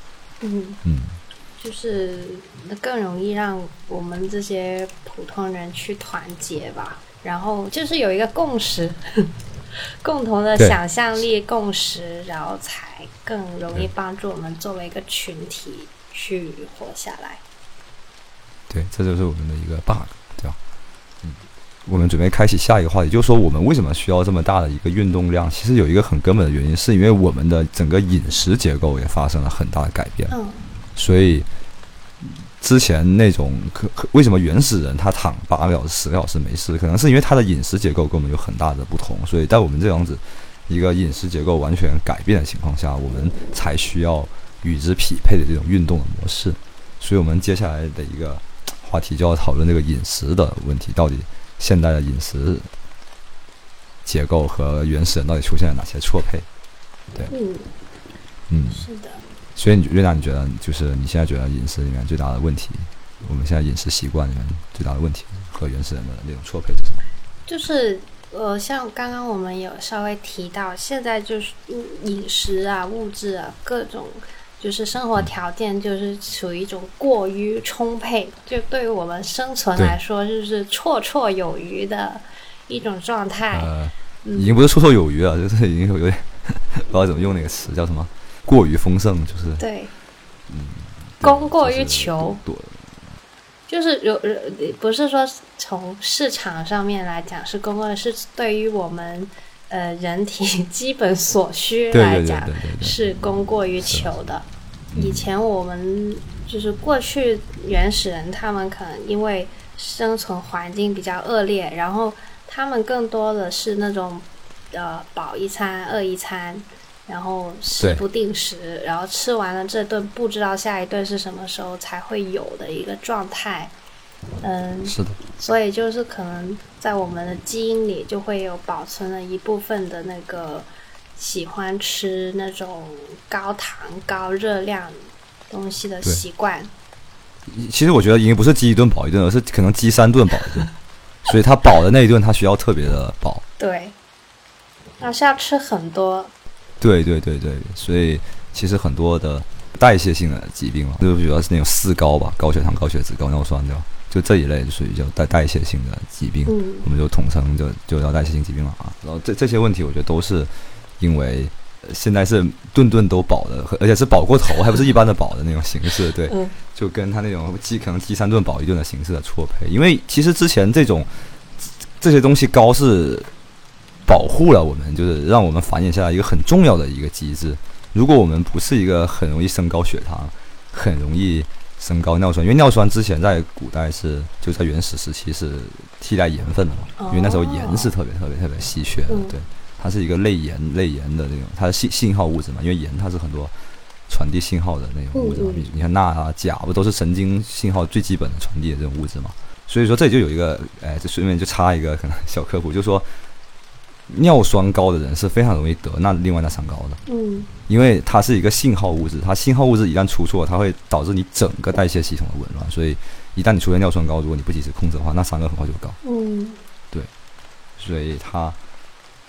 就是更容易让我们这些普通人去团结吧，然后就是有一个共识，共同的想象力共识，然后才更容易帮助我们作为一个群体去活下来。 对，这就是我们的一个 bug， 对吧？我们准备开启下一个话题，就是说我们为什么需要这么大的一个运动量？其实有一个很根本的原因，是因为我们的整个饮食结构也发生了很大的改变。所以之前那种为什么原始人他躺8个小时10个小时没事，可能是因为他的饮食结构跟我们有很大的不同，所以在我们这样子一个饮食结构完全改变的情况下，我们才需要与之匹配的这种运动的模式。所以我们接下来的一个话题就要讨论这个饮食的问题，到底现代的饮食结构和原始人到底出现了哪些错配？对， 是的。 所以瑞娜，你觉得就是你现在觉得饮食里面最大的问题，我们现在饮食习惯里面最大的问题和原始人的那种错配是什么？ 就是像刚刚我们有稍微提到，现在就是饮食啊、物质啊、各种就是生活条件就是处于一种过于充沛，就对于我们生存来说就是绰绰有余的一种状态。 已经不是绰绰有余了，就是已经有点不知道怎么用那个词叫什么。过于丰盛，就是对，供过于求，就是不是说从市场上面来讲是供过，是对于我们人体基本所需来讲是供过于求的。以前我们就是过去原始人，他们可能因为生存环境比较恶劣，然后他们更多的是那种饱一餐饿一餐。然后食不定时，然后吃完了这顿不知道下一顿是什么时候才会有的一个状态。 是的。 所以就是可能在我们的基因里就会有保存了一部分的那个喜欢吃那种高糖高热量东西的习惯。 其实我觉得已经不是饥一顿饱一顿，而是可能饥3顿饱一顿。所以他饱的那一顿他需要特别的饱。 对，然后是要吃很多。 对，所以其实很多的代谢性的疾病嘛，就主要是那种4高吧，高血糖、高血脂、高尿酸，对吧？就这一类就属于叫代谢性的疾病，我们就统称就叫代谢性疾病了啊。然后这些问题，我觉得都是因为现在是顿顿都饱的，而且是饱过头，还不是一般的饱的那种形式，对，就跟他那种可能饥3顿饱1顿的形式的错配。因为其实之前这些东西高是保护了我们，就是让我们繁衍下来一个很重要的一个机制。如果我们不是一个很容易升高血糖、很容易升高尿酸，因为尿酸之前在古代就在原始时期是替代盐分的嘛，因为那时候盐是特别稀缺的，对，它是一个类盐的那种，它是信号物质嘛，因为盐它是很多传递信号的那种物质嘛，你看钠啊、钾不都是神经信号最基本的传递的这种物质嘛？所以说这里就有一个，这顺便就插一个可能小科普，就是说。尿酸高的人是非常容易得另外那3高的，因为它是一个信号物质，它信号物质一旦出错，它会导致你整个代谢系统的紊乱，所以一旦你出现尿酸高，如果你不及时控制的话，那3个很快就高，对，所以它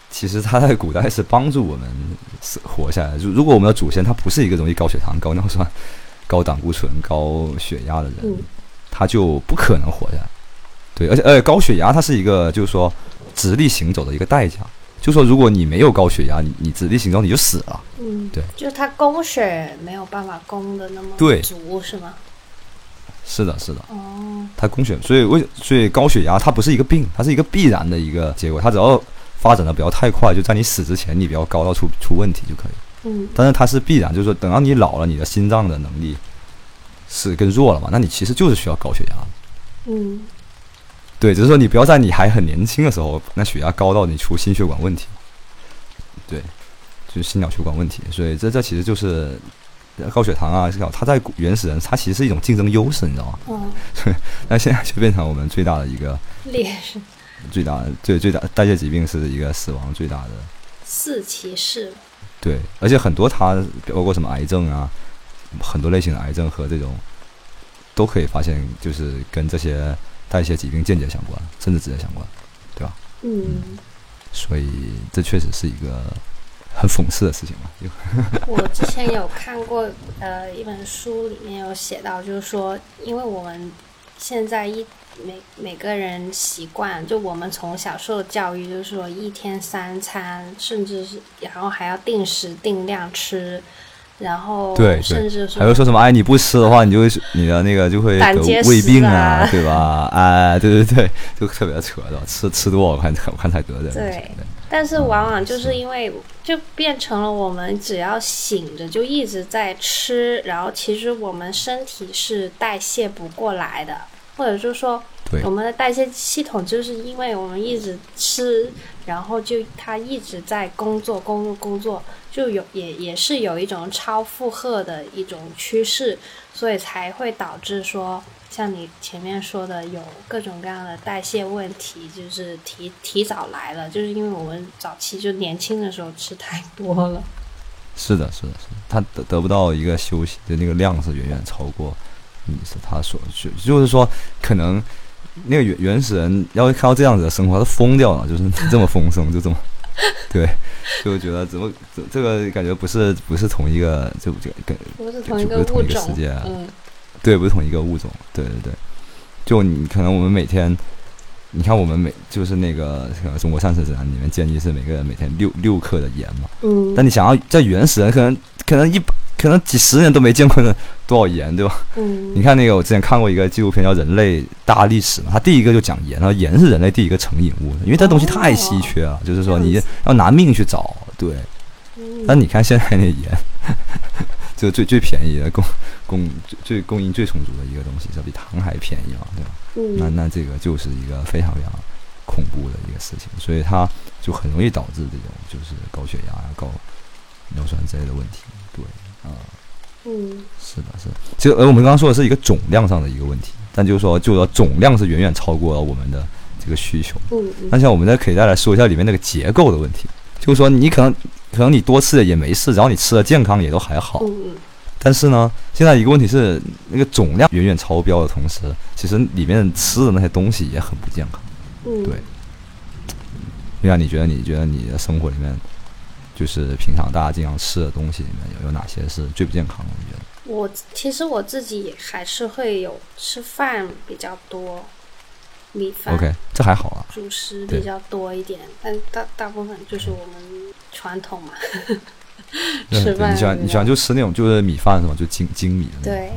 其实它在古代是帮助我们活下来的。如果我们的祖先他不是一个容易高血糖、高尿酸、高胆固醇、高血压的人，他就不可能活下来。对，而且高血压它是一个就是说直立行走的一个代价。就说如果你没有高血压，你直立行走你就死了。对， 就是它供血没有办法供的那么足，是吗？ 是的。它供血，所以高血压它不是一个病，它是一个必然的一个结果。它只要发展的不要太快，就在你死之前你不要高到出问题就可以。但是它是必然，就是说等到你老了，你的心脏的能力是更弱了嘛，那你其实就是需要高血压。对，只是说你不要在你还很年轻的时候，那血压高到你出心血管问题。对，就是心脑血管问题。所以这其实就是高血糖啊，它在原始人它其实是一种竞争优势，你知道吗？对，那现在就变成我们最大的一个劣势。 最大代谢疾病是一个死亡最大的 4骑士。对， 而且很多它包括什么癌症啊，很多类型的癌症和这种都可以发现，就是跟这些代谢疾病间接相关，甚至直接相关，对吧？所以这确实是一个很讽刺的事情嘛。 我之前有看过一本书，里面有写到，就是说，因为我们现在每个人习惯，就我们从小受的教育，就是说1天3餐，甚至是然后还要定时定量吃。然后对， 甚至还会说什么你不吃的话，你的那个就会得胃病啊，对吧？对，就特别扯的，吃多我看才得的。 对，但是往往就是因为就变成了我们只要醒着就一直在吃，然后其实我们身体是代谢不过来的，或者就是说我们的代谢系统就是因为我们一直吃，然后就它一直在工作，就也是有一种超负荷的一种趋势，所以才会导致说像你前面说的有各种各样的代谢问题，就是提早来了，就是因为我们早期就年轻的时候吃太多了。 是的，他得不到一个休息的那个量是远远超过他所就是说可能那个原始人要看到这样子的生活他疯掉了，就是这么丰盛就这么对，就觉得怎么这个感觉不是同一个不是同一个物种， 世界对，不是同一个物种，对，就你可能我们每天，你看我们就是那个中国膳食指南里面建议是每个人每天6克的盐嘛，但你想要在原始人可能几十年都没见过多少盐，对吧？你看那个我之前看过一个纪录片叫《人类大历史》嘛，它第一个就讲盐，然后盐是人类第一个成瘾物，因为这东西太稀缺了，就是说你要拿命去找，对。但你看现在那盐，就最便宜的供应最充足的一个东西，这比糖还便宜嘛，对吧？那这个就是一个非常非常恐怖的一个事情，所以它就很容易导致这种就是高血压、高尿酸之类的问题，对。是的。其实我们刚刚说的是一个总量上的一个问题，但就是说总量是远远超过了我们的这个需求。那像我们可以再来说一下里面那个结构的问题，就是说你可能你多吃的也没事，只要你吃的健康也都还好。但是呢，现在一个问题是那个总量远远超标的同时，其实里面吃的那些东西也很不健康。对。另外，你觉得你的生活里面，就是平常大家经常吃的东西里面有哪些是最不健康的？你觉得？ 其实我自己也还是会有吃饭比较多，米饭 OK， 这还好啊， 主食比较多一点，但大部分就是我们传统嘛。吃饭你喜欢就吃那种就是米饭是吗？就精米的那种。 对。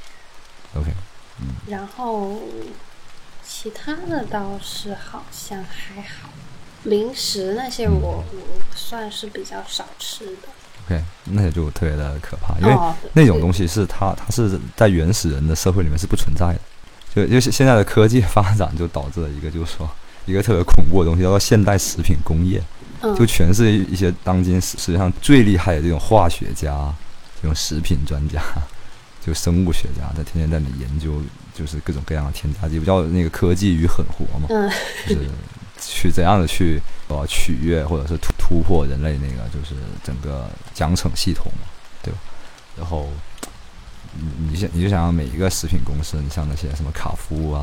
OK。 然后其他的倒是好像还好，零食那些我算是比较少吃的。 OK， 那些就特别的可怕，因为那种东西是它是在原始人的社会里面是不存在的，就是现在的科技发展就导致了一个就是说一个特别恐怖的东西，叫做现代食品工业。就全是一些当今世界上最厉害的这种化学家、这种食品专家、就生物学家，他天天在那里研究，就是各种各样的添加剂，不叫那个科技与狠活嘛，就是去怎样的去取悦或者是突破人类那个就是整个奖惩系统嘛，对吧？然后你就想每一个食品公司，你像那些什么卡夫啊、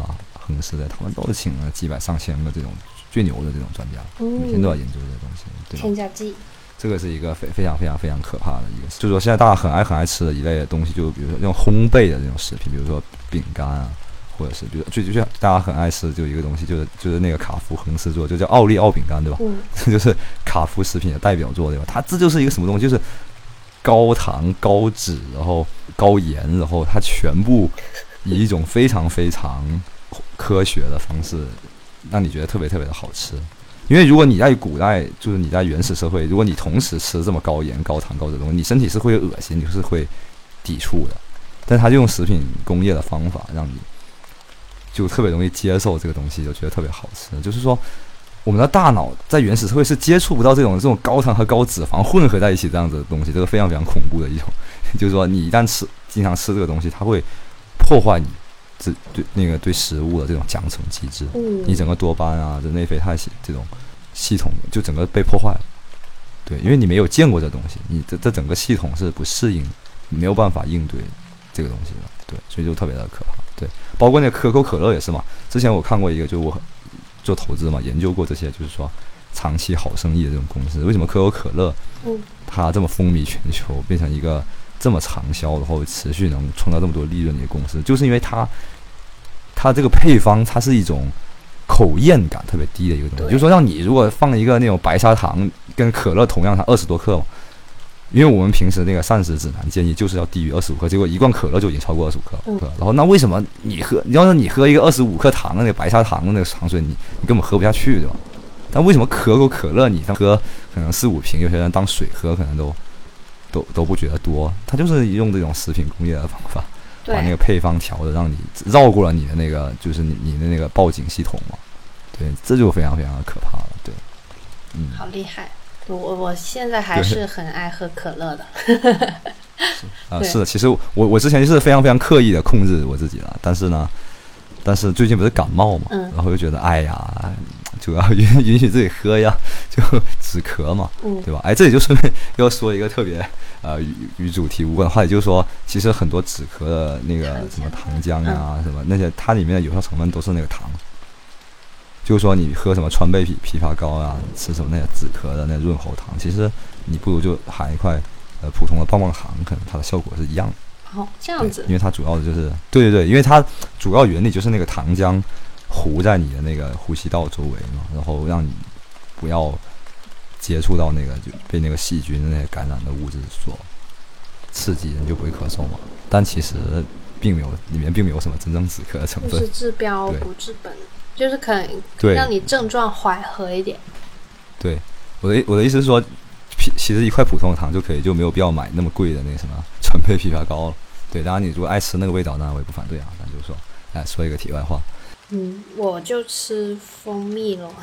亨氏的，他们都是请了几百上千个这种最牛的这种专家，每天都要研究这些东西，对吧？ 添加剂。 这个是一个非常可怕的一个，就是说现在大家很爱吃的一类的东西，就比如说那种烘焙的这种食品，比如说饼干啊，或者是比如最大家很爱吃的就一个东西，就是那个卡夫亨氏做，就叫奥利奥饼干，对吧？这就是卡夫食品的代表作，对吧？它这就是一个什么东西，就是高糖、高脂，然后高盐，然后它全部以一种非常科学的方式，让你觉得特别的好吃。因为如果你在古代，就是你在原始社会，如果你同时吃这么高盐、高糖、高脂的东西，你身体是会恶心，你是会抵触的。但他就用食品工业的方法，让你就特别容易接受这个东西，就觉得特别好吃。就是说，我们的大脑在原始社会是接触不到这种高糖和高脂肪混合在一起这样子的东西，这个非常恐怖的一种。就是说，你一旦经常吃这个东西，它会破坏你对食物的这种奖惩机制，你整个多巴胺啊、这内啡肽这种系统就整个被破坏了。对，因为你没有见过这东西，你这整个系统是不适应，你没有办法应对这个东西的。对，所以就特别的可怕。对，包括那个可口可乐也是嘛。之前我看过一个，就我做投资嘛，研究过这些，就是说长期好生意的这种公司，为什么可口可乐它这么风靡全球，变成一个这么畅销，然后持续能创造这么多利润的一个公司，就是因为它这个配方，它是一种口厌感特别低的一个东西。就是说，让你如果放一个那种白砂糖跟可乐同样，它20多克嘛，因为我们平时那个膳食指南建议就是要低于25克，结果一罐可乐就已经超过25克。然后那为什么你要是你喝一个25克糖的那个白砂糖的那个糖水，你根本喝不下去，对吧？但为什么可口可乐你喝可能4-5瓶，有些人当水喝可能都不觉得多，他就是用这种食品工业的方法，把那个配方调的让你绕过了你的那个就是你的那个报警系统嘛。对，这就非常的可怕了。对， 好厉害。我现在还是很爱喝可乐的。 是的，其实我之前就是非常刻意的控制我自己了，但是最近不是感冒嘛，然后就觉得哎呀，就要允许自己喝呀，就止咳嘛，对吧？哎，这里就顺便要说一个特别与主题无关的话题，就是说，其实很多止咳的那个什么糖浆啊，什么那些，它里面的有效成分都是那个糖。就是说，你喝什么川贝枇杷膏啊，吃什么那些止咳的那润喉糖，其实你不如就含一块普通的棒棒糖，可能它的效果是一样的。 哦，这样子。 因为它主要的就是对，因为它主要原理就是那个糖浆糊在你的那个呼吸道周围嘛，然后让你不要接触到那个就被那个细菌的那些感染的物质所刺激，你就不会咳嗽嘛。但其实里面并没有什么真正止咳的成分， 就是治标不治本。就是可能让你症状缓和一点。对， 我的意思是说，其实一块普通的糖就可以，就没有必要买那么贵的那个什么川贝枇杷膏了。对，当然你如果爱吃那个味道，当然我也不反对啊。但就是说，说一个题外话。 我就吃蜂蜜咯。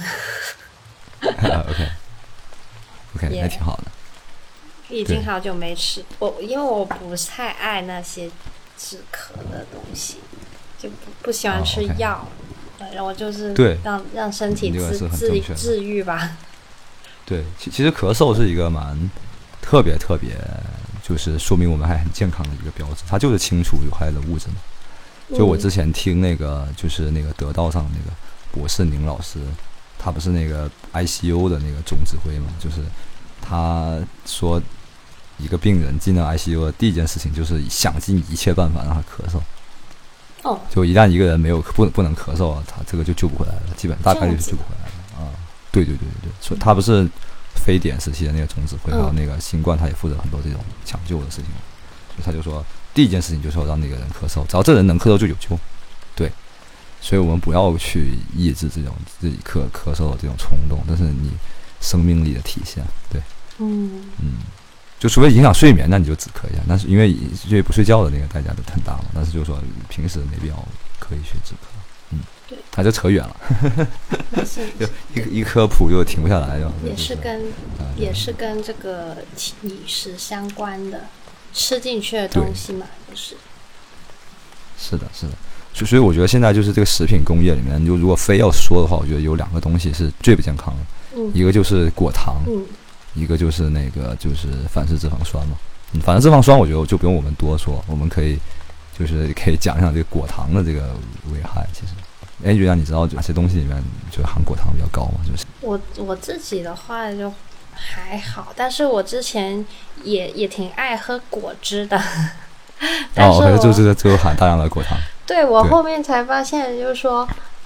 OK， 那挺好的。 已经好久没吃，因为我不太爱那些止咳的东西，就不喜欢吃药。然后就是让身体治愈吧。 对，其实咳嗽是一个蛮特别，就是说明我们还很健康的一个标志，它就是清除有害的物质嘛。就我之前听那个就是那个得道上那个博士宁老师，他不是那个 ICU 的那个总指挥嘛，就是他说一个病人进了 ICU 的第一件事情就是想尽一切办法让他咳嗽。就一旦一个人没有不能咳嗽，他这个就救不回来了，基本大概率是救不回来的啊。对，所以他不是非典时期的那个总指挥，还有那个新冠，他也负责很多这种抢救的事情。所以他就说，第一件事情就是要让那个人咳嗽，只要这人能咳嗽就有救。对，所以我们不要去抑制这种自己咳嗽的这种冲动，这是你生命力的体现。对，就除非影响睡眠，那你就止咳一下。但是因为不睡觉的那个代价就很大嘛。但是就是说平时没必要刻意去止咳。 对， 那就扯远了。就一科普就停不下来了。 也是跟这个饮食相关的，吃进去的东西嘛，就是。 是的。所以我觉得现在就是这个食品工业里面，就如果非要说的话，我觉得有2个东西是最不健康的。一个就是果糖。一个就是那个就是反式脂肪酸嘛，反式脂肪酸我觉得就不用我们多说，我们可以讲一讲这个果糖的这个危害。其实， 哎，原来你知道哪些东西里面就含果糖比较高吗？就是我自己的话就还好，但是我之前也挺爱喝果汁的。但是就是这个含大量的果糖。 对，我后面才发现，就是说，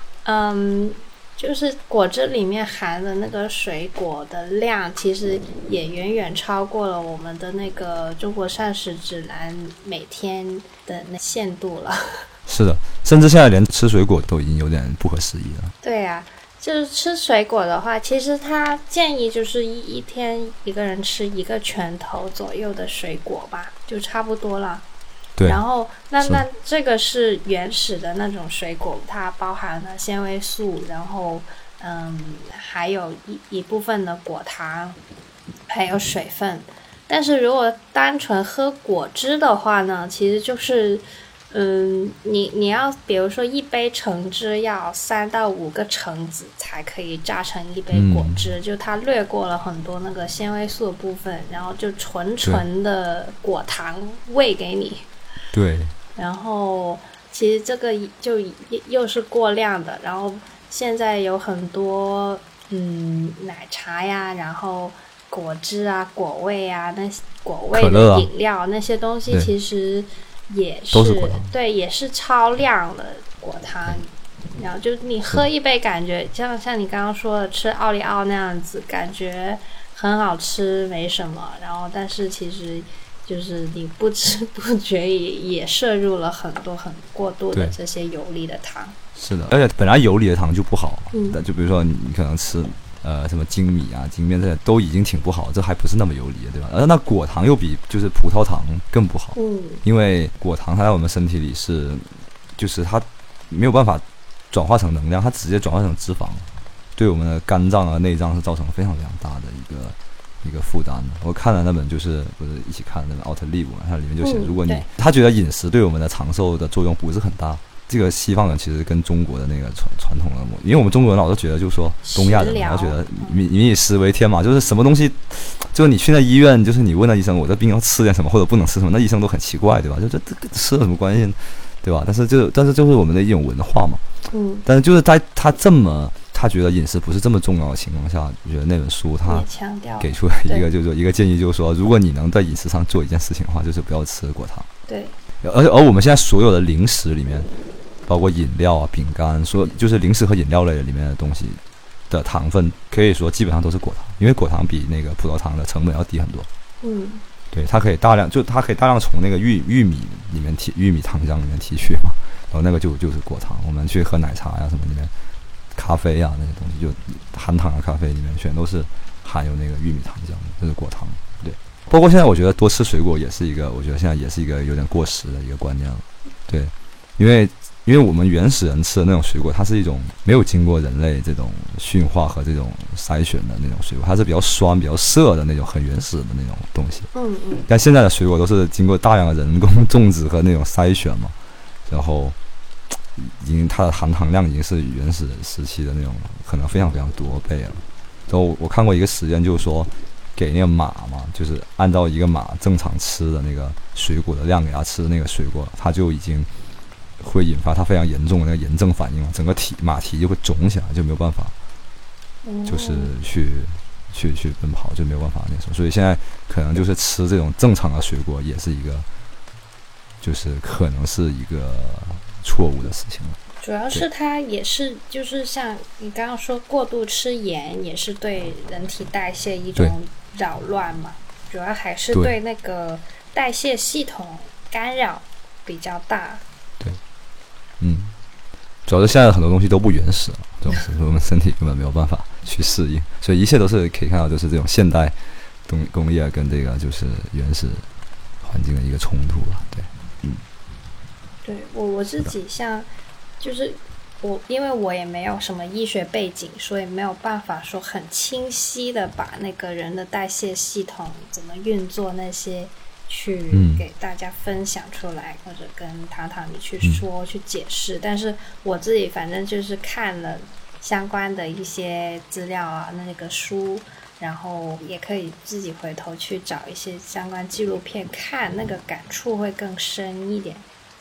就是果汁里面含的那个水果的量，其实也远远超过了我们的那个中国膳食指南每天的那限度了。 是的，甚至现在连吃水果都已经有点不合时宜了。 对呀，就是吃水果的话，其实他建议就是一天一个人吃1个拳头左右的水果吧，就差不多了。 对， 然后那这个是原始的那种水果，它包含了纤维素，然后还有一部分的果糖，还有水分。但是如果单纯喝果汁的话呢，其实就是你要比如说一杯橙汁要3到5个橙子才可以榨成一杯果汁，就它略过了很多那个纤维素的部分，然后就纯的果糖喂给你。 对， 然后其实这个就又是过量的，然后现在有很多奶茶呀，然后果汁啊、果味啊、那果味的饮料那些东西，其实也是都是果糖， 对，也是超量的果糖。然后就你喝一杯，感觉像你刚刚说的吃奥利奥那样子，感觉很好吃，没什么。然后但是其实就是你不知不觉也摄入了很多很过度的这些游离的糖。 是的，而且本来游离的糖就不好，就比如说你可能吃什么精米啊、精面这些都已经挺不好，这还不是那么游离，对吧？而那果糖又比就是葡萄糖更不好，因为果糖它在我们身体里就是它没有办法转化成能量，它直接转化成脂肪，对我们的肝脏啊、内脏是造成非常非常大的一个负担的。我看了那本不是一起看的那本《Out Live》嘛，它里面就写，如果他觉得饮食对我们的长寿的作用不是很大。这个西方人其实跟中国的那个传统的，因为我们中国人老是觉得就是说东亚人老觉得民以食为天嘛，就是什么东西，就是你去那医院，就是你问那医生我这病要吃点什么或者不能吃什么，那医生都很奇怪，对吧？就这吃有什么关系，对吧？但是就是我们的一种文化嘛。但是就是在他觉得饮食不是这么重要的情况下，我觉得那本书他给出了一个就是说一个建议，就是说如果你能在饮食上做一件事情的话，就是不要吃果糖。 对。 而我们现在所有的零食里面，包括饮料啊、饼干，就是零食和饮料类里面的东西的糖分，可以说基本上都是果糖，因为果糖比那个葡萄糖的成本要低很多。对，它可以大量从那个玉米里面玉米糖浆里面提取嘛，然后那个就是果糖。我们去喝奶茶呀什么里面，咖啡啊那些东西，就含糖的咖啡里面全都是含有那个玉米糖浆，这是果糖。对。包括现在我觉得多吃水果也是一个，我觉得现在也是一个有点过时的一个观念了。对，因为我们原始人吃的那种水果，它是一种没有经过人类这种驯化和这种筛选的那种水果，它是比较酸比较涩的那种很原始的那种东西。但现在的水果都是经过大量的人工种植和那种筛选嘛，然后它的含糖量已经是原始时期的那种可能非常非常多倍了。然后我看过一个实验，就是说给那个马嘛，就是按照一个马正常吃的那个水果的量给它吃的那个水果，它就已经会引发它非常严重的那个炎症反应，整个马蹄就会肿起来，就没有办法，就是去奔跑，就没有办法那什么。所以现在可能就是吃这种正常的水果也是一个，就是可能是一个错误的事情了。 主要是它也是就是像你刚刚说过度吃盐也是对人体代谢一种扰乱嘛，主要还是对那个代谢系统干扰比较大。 对，主要是现在很多东西都不原始了，这种我们身体根本没有办法去适应，所以一切都是可以看到就是这种现代工业跟这个就是原始环境的一个冲突吧。 对，我自己像就是因为我也没有什么医学背景，所以没有办法说很清晰的把那个人的代谢系统怎么运作那些去给大家分享出来，或者跟糖你去说去解释。但是我自己反正就是看了相关的一些资料啊，那个书，然后也可以自己回头去找一些相关纪录片看，那个感触会更深一点。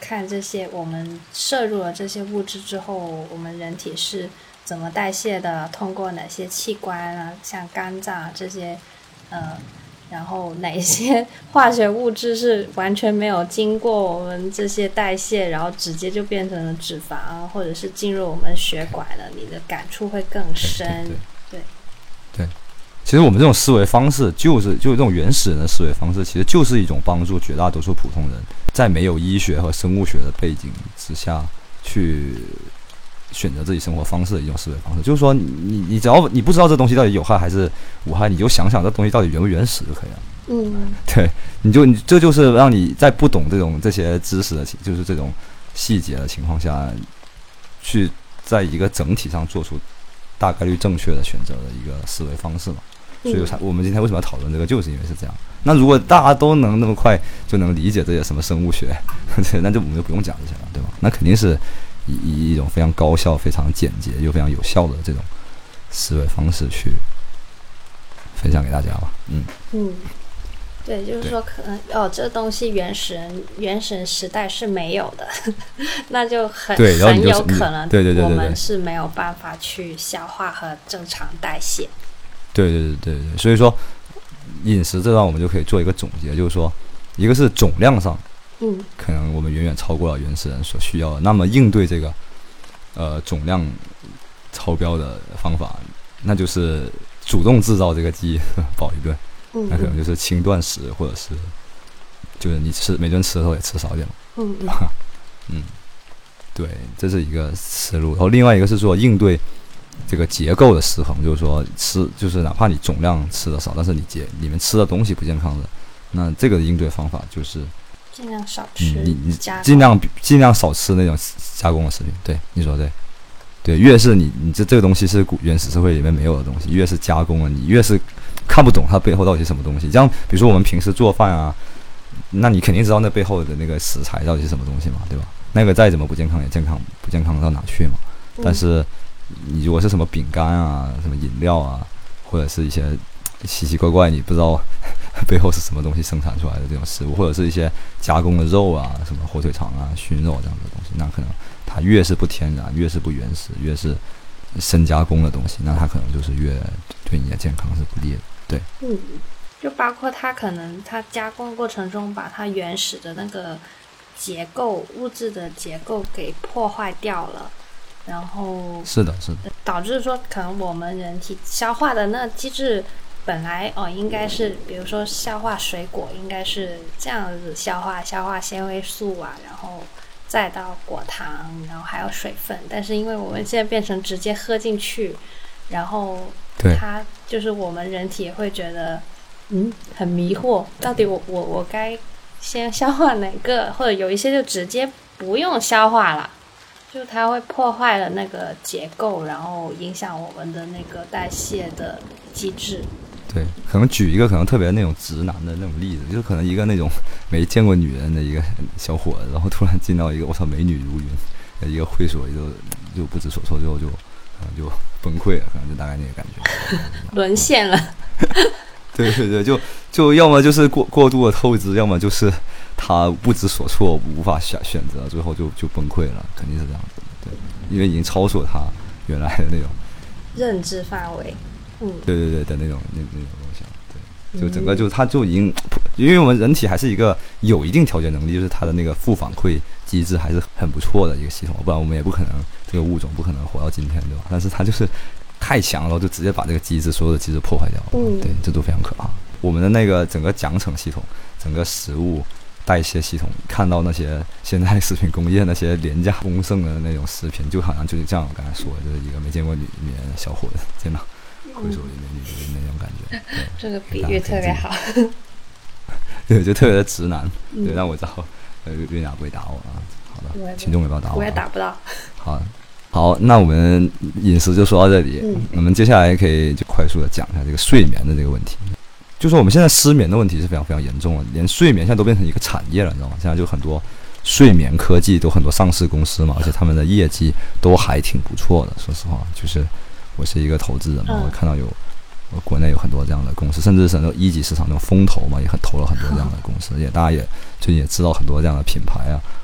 看这些我们摄入了这些物质之后，我们人体是怎么代谢的，通过哪些器官啊，像肝脏这些然后哪些化学物质是完全没有经过我们这些代谢，然后直接就变成了脂肪，或者是进入我们血管了，你的感触会更深。 对，其实我们这种思维方式就是这种原始人的思维方式，其实就是一种帮助绝大多数普通人在没有医学和生物学的背景之下去选择自己生活方式的一种思维方式。就是说你只要你不知道这东西到底有害还是无害，你就想想这东西到底原不原始就可以了。对，你这就是让你在不懂这些知识的，就是这种细节的情况下，去在一个整体上做出大概率正确的选择的一个思维方式嘛。所以我们今天为什么要讨论这个，就是因为是这样。那如果大家都能那么快就能理解这些什么生物学，那就我们就不用讲这些了，对吧？那肯定是以一种非常高效、非常简洁又非常有效的这种思维方式去分享给大家吧。 对，就是说可能这东西原始人时代是没有的，那就很有可能我们是没有办法去消化和正常代谢。 对，所以说饮食这段我们就可以做一个总结，就是说一个是总量上可能我们远远超过了原始人所需要的，那么应对这个总量超标的方法，那就是主动制造这个饥饱一顿，那可能就是轻断食，或者是就是你每顿吃的时候也吃少一点嘛。对，这是一个思路。然后另外一个是说应对这个结构的失衡，就是说就是哪怕你总量吃的少，但是里面吃的东西不健康的，那这个的应对方法就是尽量少吃，你尽量少吃那种加工的食品。对，你说对，越是你这个东西是原始社会里面没有的东西，越是加工了，你越是看不懂它背后到底是什么东西。这样，比如说我们平时做饭啊，那你肯定知道那背后的那个食材到底是什么东西嘛，对吧？那个再怎么不健康也不健康到哪去嘛。但是你如果是什么饼干啊、什么饮料啊，或者是一些奇奇怪怪你不知道背后是什么东西生产出来的这种食物，或者是一些加工的肉啊，什么火腿肠啊、熏肉这样的东西，那可能它越是不天然，越是不原始，越是深加工的东西，那它可能就是越对你的健康是不利的。对， 就包括它可能它加工过程中把它原始的那个结构物质的结构给破坏掉了，然后是的导致说可能我们人体消化的那机制本来应该是比如说消化水果应该是这样子消化纤维素啊，然后再到果糖，然后还有水分，但是因为我们现在变成直接喝进去，然后它就是我们人体会觉得很迷惑，到底我该先消化哪个，或者有一些就直接不用消化了，就它会破坏了那个结构，然后影响我们的那个代谢的机制。 对，可能举一个可能特别那种直男的那种例子，就是可能一个那种没见过女人的一个小伙子，然后突然进到一个美女如云一个会所，就不知所措，最后就崩溃了，可能就大概那个感觉， 沦陷了。 对，就要么就是过度的透支，要么就是他不知所措，无法选择，最后就崩溃了，肯定是这样子的。对，因为已经超出他原来的那种认知范围。 对的那种东西。对，就整个就他就已经，因为我们人体还是一个有一定调节能力，就是它的那个负反馈机制还是很不错的一个系统，不然我们也不可能这个物种不可能活到今天，对吧？但是它就是太强了，就直接把这个机制所有的机制破坏掉了。对，这都非常可怕。我们的那个整个奖惩系统，整个食物代谢系统，看到那些现在食品工业那些廉价丰盛的那种食品，就好像就是像我刚才说的，就是一个没见过女人的小伙子见到会所里面女人那种感觉。 这个比喻特别好。 对，就特别的直男。对，让我知道月雅不会打我啊。好的，听众也不要打我。 我也打不到。 好，那我们饮食就说到这里。我们接下来可以就快速的讲一下这个睡眠的这个问题。就说我们现在失眠的问题是非常非常严重的，连睡眠现在都变成一个产业了，你知道吗？现在就很多睡眠科技都很多上市公司嘛，而且他们的业绩都还挺不错的。说实话，就是我是一个投资人嘛，我看到国内有很多这样的公司，甚至是那种一级市场那种风投嘛，也很投了很多这样的公司，大家也最近也知道很多这样的品牌啊，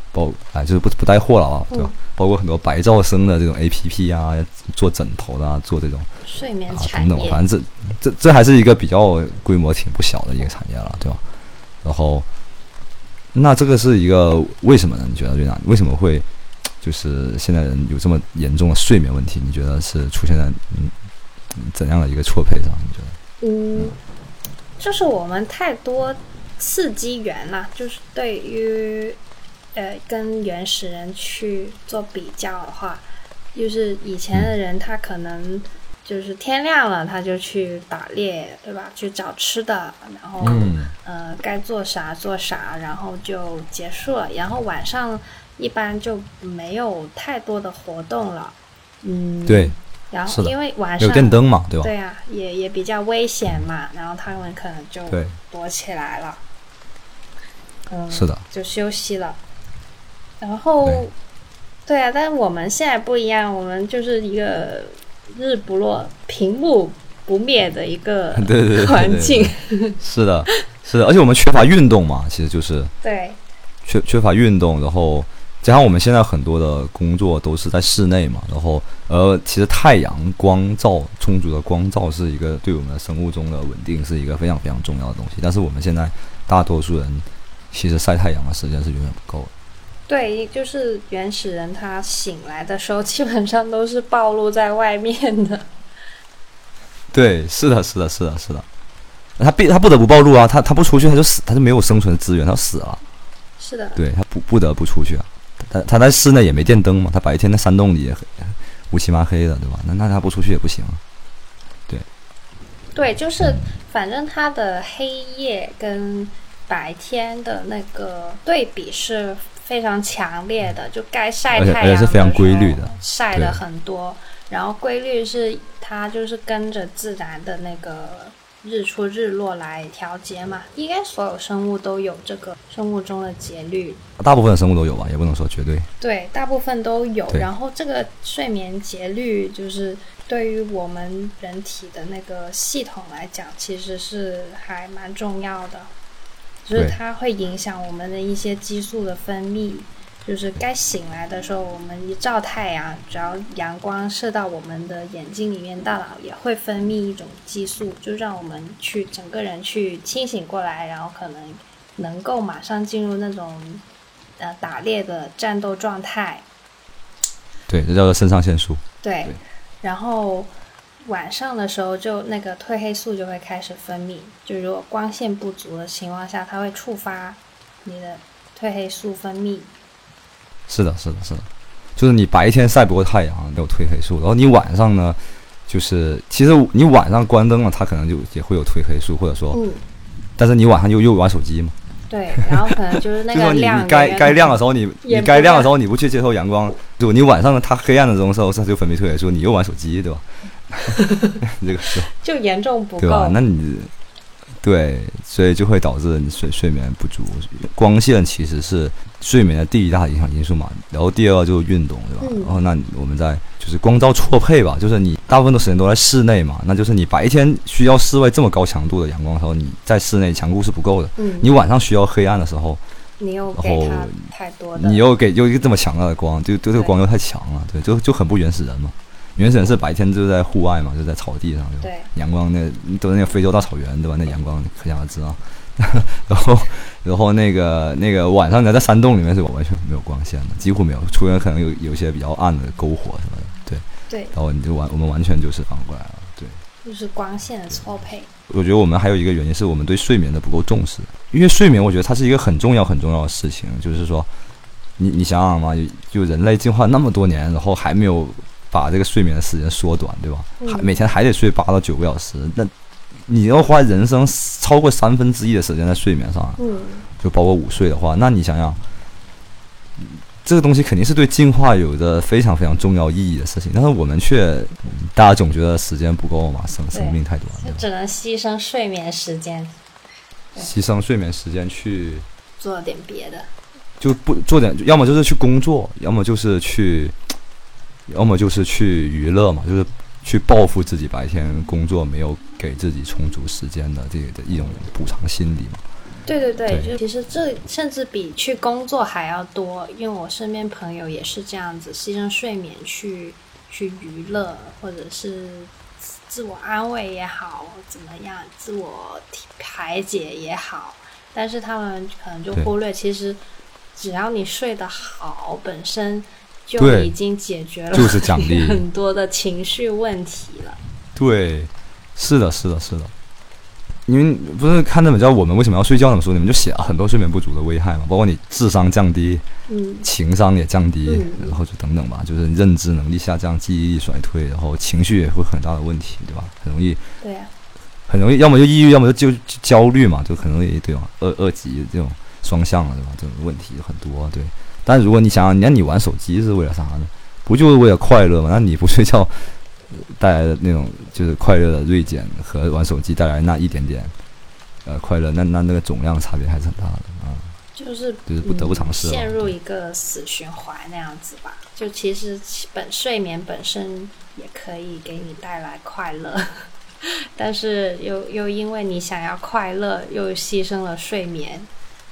就是不带货了啊，对吧？包括很多白噪声的这种 APP 啊，做枕头的啊，做这种睡眠产业等等，反正这还是一个比较规模挺不小的一个产业了，对吧？然后，那这个是一个为什么呢？你觉得瑞娜为什么会就是现在人有这么严重的睡眠问题？你觉得是出现在怎样的一个错配上？你觉得？ 就是我们太多刺激源了，就是对于跟原始人去做比较的话，就是以前的人他可能就是天亮了他就去打猎，对吧？去找吃的，然后该做啥做啥，然后就结束了。然后晚上一般就没有太多的活动了， 对。 然后因为晚上有电灯嘛，对吧？ 对啊，也比较危险嘛，然后他们可能就躲起来了， 是的， 就休息了。然后，对啊，但是我们现在不一样，我们就是一个日不落、屏幕不灭的一个环境。 是的，是的，而且我们缺乏运动嘛，其实就是对缺乏运动，然后加上我们现在很多的工作都是在室内嘛，然后其实太阳光照充足的光照是一个对我们的生物钟的稳定是一个非常非常重要的东西，但是我们现在大多数人其实晒太阳的时间是远远不够的。 对，就是原始人他醒来的时候基本上都是暴露在外面的。 对，是的，是的，是的，是的。他不得不暴露啊，他不出去他就死，他就没有生存资源，他死了。 是的。 对，他不得不出去啊。他在室内也没电灯嘛，他白天在山洞里也乌漆麻黑的，对吧？那他不出去也不行啊。 对，就是反正他的黑夜跟白天的那个对比是非常强烈的，就该晒太阳的时候而且是非常规律的， 晒的很多，然后规律是它就是跟着自然的那个日出日落来调节嘛，应该所有生物都有这个生物钟的节律， 大部分生物都有吧，也不能说绝对。 对，大部分都有。然后这个睡眠节律就是对于我们人体的那个系统来讲，其实是还蛮重要的。就是它会影响我们的一些激素的分泌，就是该醒来的时候，我们一照太阳，只要阳光射到我们的眼睛里面，大脑也会分泌一种激素，就让我们去整个人去清醒过来，然后可能够马上进入那种打猎的战斗状态。 对，这叫做肾上腺素。 对，然后晚上的时候就那个褪黑素就会开始分泌，就如果光线不足的情况下，它会触发你的褪黑素分泌。 是的，是的，是的，就是你白天晒不过太阳没有褪黑素，然后你晚上呢，就是其实你晚上关灯了，它可能就也会有褪黑素，或者说，但是你晚上又玩手机嘛。 对，然后可能就是那个亮， 你该亮的时候你该亮的时候你不去接受阳光，就你晚上呢它黑暗的这种时候它就分泌褪黑素，你又玩手机，对吧？这个就严重不够， 对吧？那你对，所以就会导致你睡眠不足。光线其实是睡眠的第一大影响因素嘛，然后第二就是运动，对吧？然后那我们在就是光照错配吧，就是你大部分的时间都在室内嘛，那就是你白天需要室外这么高强度的阳光的时候，你在室内强度是不够的。你晚上需要黑暗的时候， 你又给它太多的， 你又给一个这么强大的光，就这个光又太强了，对，就很不原始人嘛。原始人是白天就在户外嘛，就在草地上，对吧？阳光都是那个非洲大草原，对吧？那阳光可想而知啊。然后那个晚上呢，在山洞里面是完全没有光线的，几乎没有，除了可能有一些比较暗的篝火什么的，对。然后我们完全就是反过来了，对。 就是光线的错配。 我觉得我们还有一个原因是我们对睡眠的不够重视，因为睡眠我觉得它是一个很重要很重要的事情，就是说，你想想嘛，就人类进化那么多年，然后还没有把这个睡眠的时间缩短，对吧？每天还得睡8到9个小时，那你要花人生超过1/3的时间在睡眠上，就包括午睡的话，那你想想，这个东西肯定是对进化有着非常非常重要意义的事情，但是我们却大家总觉得时间不够嘛，生命太短， 就只能牺牲睡眠时间， 牺牲睡眠时间去做点别的， 就不做点，要么就是去工作，要么就是去娱乐嘛，就是去报复自己白天工作没有给自己充足时间的这个的一种补偿心理嘛。 对对对，就其实这甚至比去工作还要多，因为我身边朋友也是这样子，牺牲睡眠去娱乐，或者是自我安慰也好，怎么样，自我排解也好，但是他们可能就忽略，其实只要你睡得好，本身就已经解决了就是奖励很多的情绪问题了。 对，是的。因为不是看那本叫《我们为什么要睡觉》那本书，你们就写了很多睡眠不足的危害嘛，包括你智商降低，情商也降低，然后就等等吧，就是认知能力下降，记忆力衰退，然后情绪也会很大的问题，对吧？很容易， 对呀， 很容易，要么就抑郁，要么就焦虑嘛，就很容易这种二级这种双向了，对吧？这种问题很多，对。但如果你想想，你玩手机是为了啥呢？不就是为了快乐吗？那你不睡觉带来的那种就是快乐的锐减和玩手机带来那一点点快乐，那个总量差别还是很大的啊。就是不得不尝试陷入一个死循环那样子吧。就其实睡眠本身也可以给你带来快乐，但是又因为你想要快乐，又牺牲了睡眠。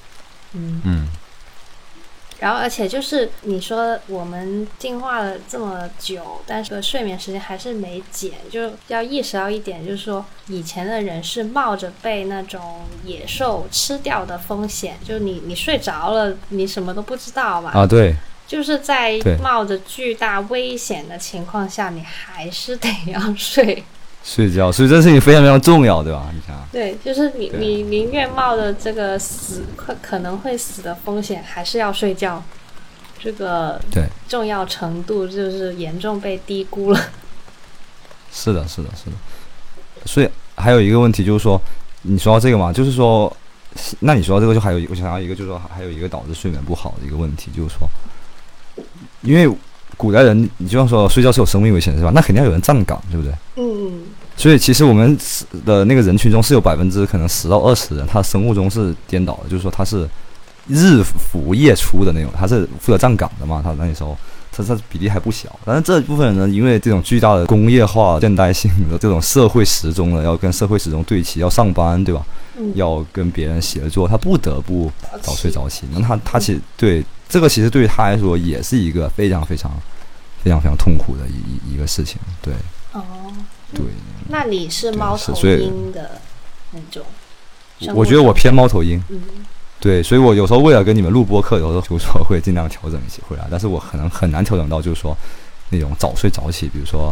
然后而且就是你说我们进化了这么久，但是睡眠时间还是没减，就要意识到一点，就是说以前的人是冒着被那种野兽吃掉的风险，就你睡着了你什么都不知道嘛。 啊，对， 就是在冒着巨大危险的情况下，你还是得要睡觉，所以这事情非常非常重要，对吧？你看， 对，就是你宁愿冒着这个可能会死的风险，还是要睡觉。这个重要程度就是严重被低估了。 是的。所以还有一个问题就是说，你说到这个嘛，就是说，那你说到这个就我想到一个，就是说还有一个导致睡眠不好的一个问题，就是说，因为古代人，你就像说睡觉是有生命危险的是吧？那肯定要有人站岗，对不对？所以其实我们的那个人群中是有可能10%到20%人，他生物钟是颠倒的，就是说他是日伏夜出的那种，他是负责站岗的嘛，他那时候他比例还不小。但是这部分人呢，因为这种巨大的工业化、现代性的这种社会时钟了，要跟社会时钟对齐，要上班，对吧？要跟别人协作，他不得不早睡早起。那他其实对这个其实对于他来说也是一个非常非常非常非常痛苦的一个事情，对。对， 那你是猫头鹰的那种？ 我觉得我偏猫头鹰。对，所以我有时候为了跟你们录播客，有时候就说会尽量调整一些回来，但是我可能很难调整到就是说那种早睡早起，比如说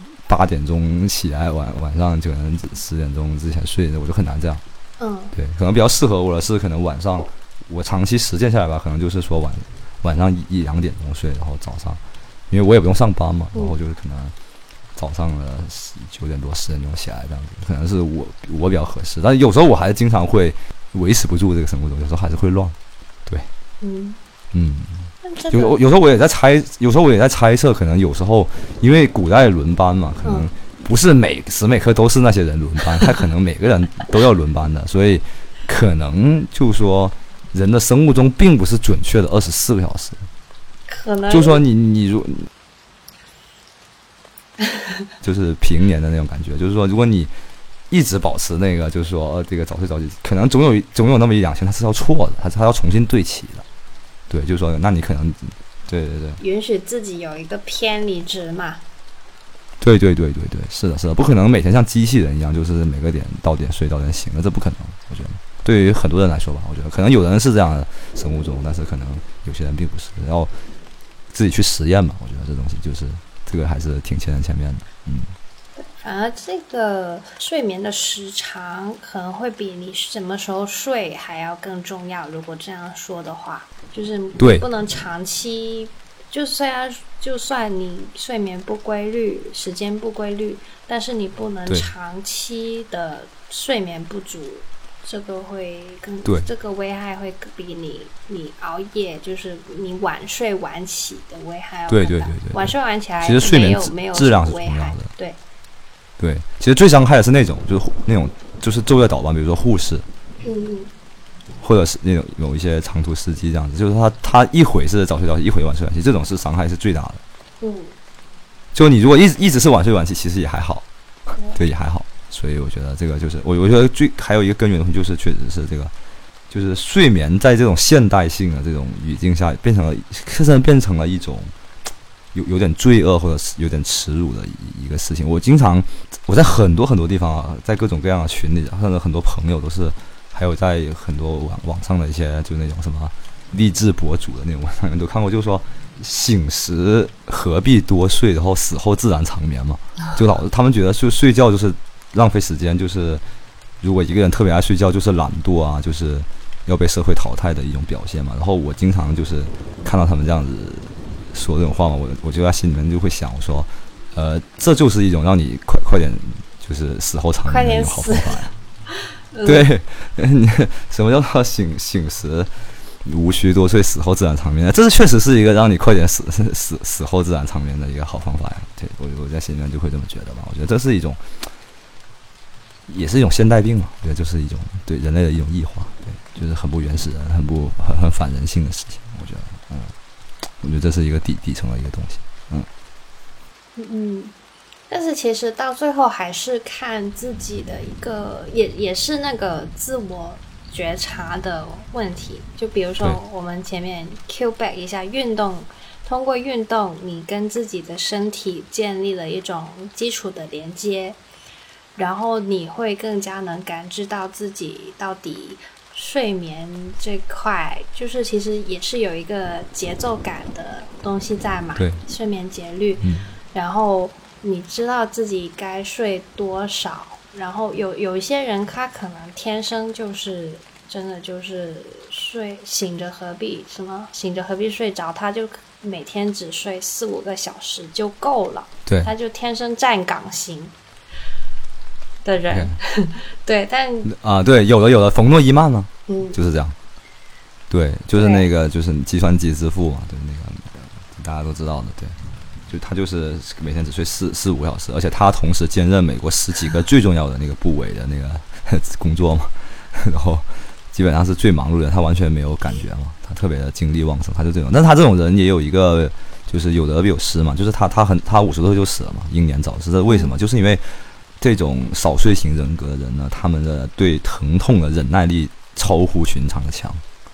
8点钟起来，晚上就可能10点钟之前睡的，我就很难这样。对，可能比较适合我的是可能晚上我长期实践下来吧，可能就是说晚上1、2点钟睡，然后早上，因为我也不用上班嘛，然后就是可能早上的9点多10点钟起来这样子，可能是我比较合适，但是有时候我还是经常会维持不住这个生物钟，有时候还是会乱。对，有时候我也在猜测，可能有时候因为古代轮班嘛，可能不是每时每刻都是那些人轮班，他可能每个人都要轮班的，所以可能就是说人的生物钟并不是准确的24个小时， 可能就是说你如就是平年的那种感觉，就是说如果你一直保持那个就是说这个早睡早起，可能总有那么1-2天它是要错的，它要重新对齐的。对，就是说那你可能对允许自己有一个偏离值嘛。 对，是的，不可能每天像机器人一样，就是每个点到点睡到点醒了，这不可能。我觉得对于很多人来说吧，我觉得可能有人是这样的生物钟，但是可能有些人并不是，然后自己去实验嘛。我觉得这东西就是这个还是挺前面的。 反而这个睡眠的时长可能会比你什么时候睡还要更重要。如果这样说的话，就是你不能长期，就算你睡眠不规律，时间不规律，但是你不能长期的睡眠不足，这个会这个危害会比你熬夜，就是你晚睡晚起的危害要更大。对，晚睡晚起来其实睡眠没有质量是重要的。对，其实最伤害的是那种就是昼夜倒班，比如说护士，或者是那种有一些长途司机这样子，就是他一会是早睡早起，一会晚睡晚起，这种是伤害是最大的。就你如果一直是晚睡晚起，其实也还好，对，也还好。所以我觉得这个就是我觉得还有一个根源的问题，就是确实是这个， 就是睡眠在这种现代性的这种语境下，甚至变成了一种有点罪恶或者是有点耻辱的一个事情。我在很多很多地方啊，在各种各样的群里，甚至很多朋友都是，还有在很多网上的一些就那种什么励志博主的那种文章都看过，就是说醒时何必多睡，然后死后自然长眠嘛。就他们觉得睡觉就是浪费时间，就是如果一个人特别爱睡觉，就是懒惰啊，就是要被社会淘汰的一种表现嘛。然后我经常就是看到他们这样子说这种话嘛，我就在心里面就会想，我说，这就是一种让你快点就是死后长眠的一种好方法呀。对，什么叫做醒时无需多睡，死后自然长眠？这确实是一个让你快点死后自然长眠的一个好方法呀。对，我在心里面就会这么觉得吧。我觉得这是一种，也是一种现代病嘛。我觉得就是一种对人类的一种异化，对，就是很不原始人、很反人性的事情。我觉得，我觉得这是一个底层的一个东西。 但是其实到最后还是看自己的一个，也是那个自我觉察的问题。就比如说我们前面 cue back 一下运动，通过运动你跟自己的身体建立了一种基础的连接，然后你会更加能感知到自己到底睡眠这块，就是其实也是有一个节奏感的东西在嘛，睡眠节律，然后你知道自己该睡多少，然后有一些人他可能天生就是真的就是醒着何必睡着，他就每天只睡4-5个小时就够了，对，他就天生站岗型的人，对，但对，有的冯诺依曼嘛，就是这样，对，就是那个就是计算机之父嘛，对，那个大家都知道的，对。就他就是每天只睡4-5个小时，而且他同时兼任美国10几个最重要的那个部委的那个工作嘛，然后基本上是最忙碌的，他完全没有感觉嘛，他特别的精力旺盛，他就这种。但是他这种人也有一个，就是有得必有失嘛，就是他50多岁就死了嘛，英年早逝。这为什么？就是因为这种少睡型人格的人呢，他们的对疼痛的忍耐力超乎寻常的强。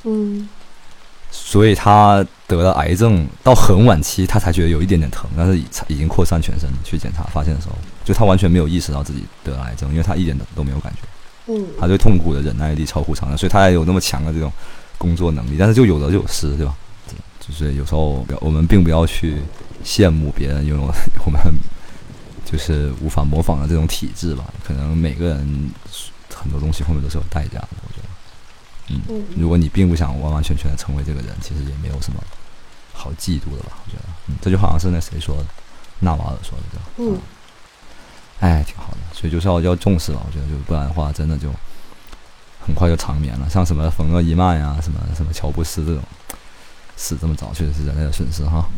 所以他得了癌症，到很晚期他才觉得有一点点疼，但是已经扩散全身。去检查发现的时候，就他完全没有意识到自己得了癌症，因为他一点都没有感觉。他对痛苦的忍耐力超乎常人，所以他也有那么强的这种工作能力。但是就有得就有失，对吧？就是有时候我们并不要去羡慕别人拥有我们就是无法模仿的这种体质吧。可能每个人很多东西后面都是有代价的，我觉得。如果你并不想完完全全的成为这个人，其实也没有什么好嫉妒的吧，我觉得。这就好像是那谁说的，纳瓦尔说的，对吧？挺好的。所以就是要重视吧，我觉得，就不然的话，真的就很快就长眠了。像什么冯诺依曼呀，什么乔布斯这种死这么早，确实是人类的损失哈。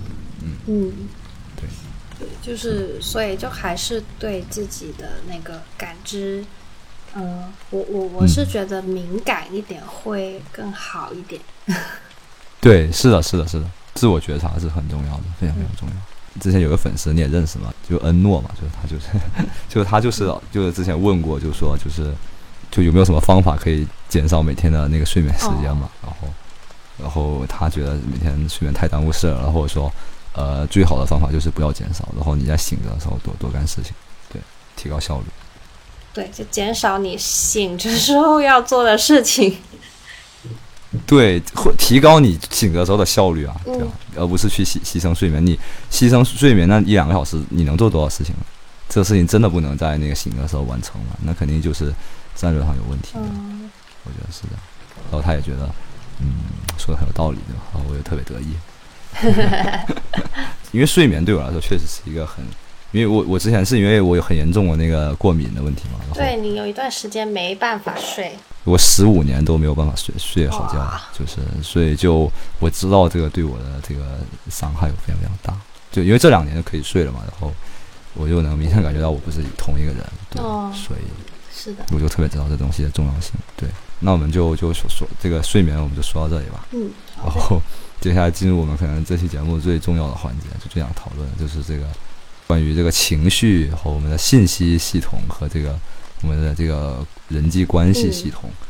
对， 就是所以就还是对自己的那个感知。我是觉得敏感一点会更好一点。 对，是的，自我觉察是很重要的，非常非常重要。之前有个粉丝你也认识嘛，就恩诺嘛，就是他就是之前问过，就说就有没有什么方法可以减少每天的那个睡眠时间嘛？然后他觉得每天睡眠太耽误事了，然后说最好的方法就是不要减少，然后你在醒着的时候多干事情，对，提高效率。 对，就减少你醒着时候要做的事情。 对，提高你醒着时候的效率啊，对吧？而不是去牺牲睡眠。你牺牲睡眠那1-2个小时，你能做多少事情呢？这个事情真的不能在那个醒的时候完成了，那肯定就是战略上有问题的。我觉得是的。然后他也觉得，说的很有道理，对吧？然后我也特别得意，因为睡眠对我来说确实是一个很。因为我之前是因为我有很严重的那个过敏的问题嘛， 对，你有一段时间没办法睡， 我15年都没有办法睡好觉，就是所以就我知道这个对我的这个伤害有非常非常大，就因为这2年就可以睡了嘛，然后我就能明显感觉到我不是同一个人，对，所以是的， 我就特别知道这东西的重要性。对，那我们就说这个睡眠我们就说到这里吧，然后接下来进入我们可能这期节目最重要的环节，就最想讨论的就是这个。关于这个情绪和我们的信息系统和这个我们的这个人际关系系统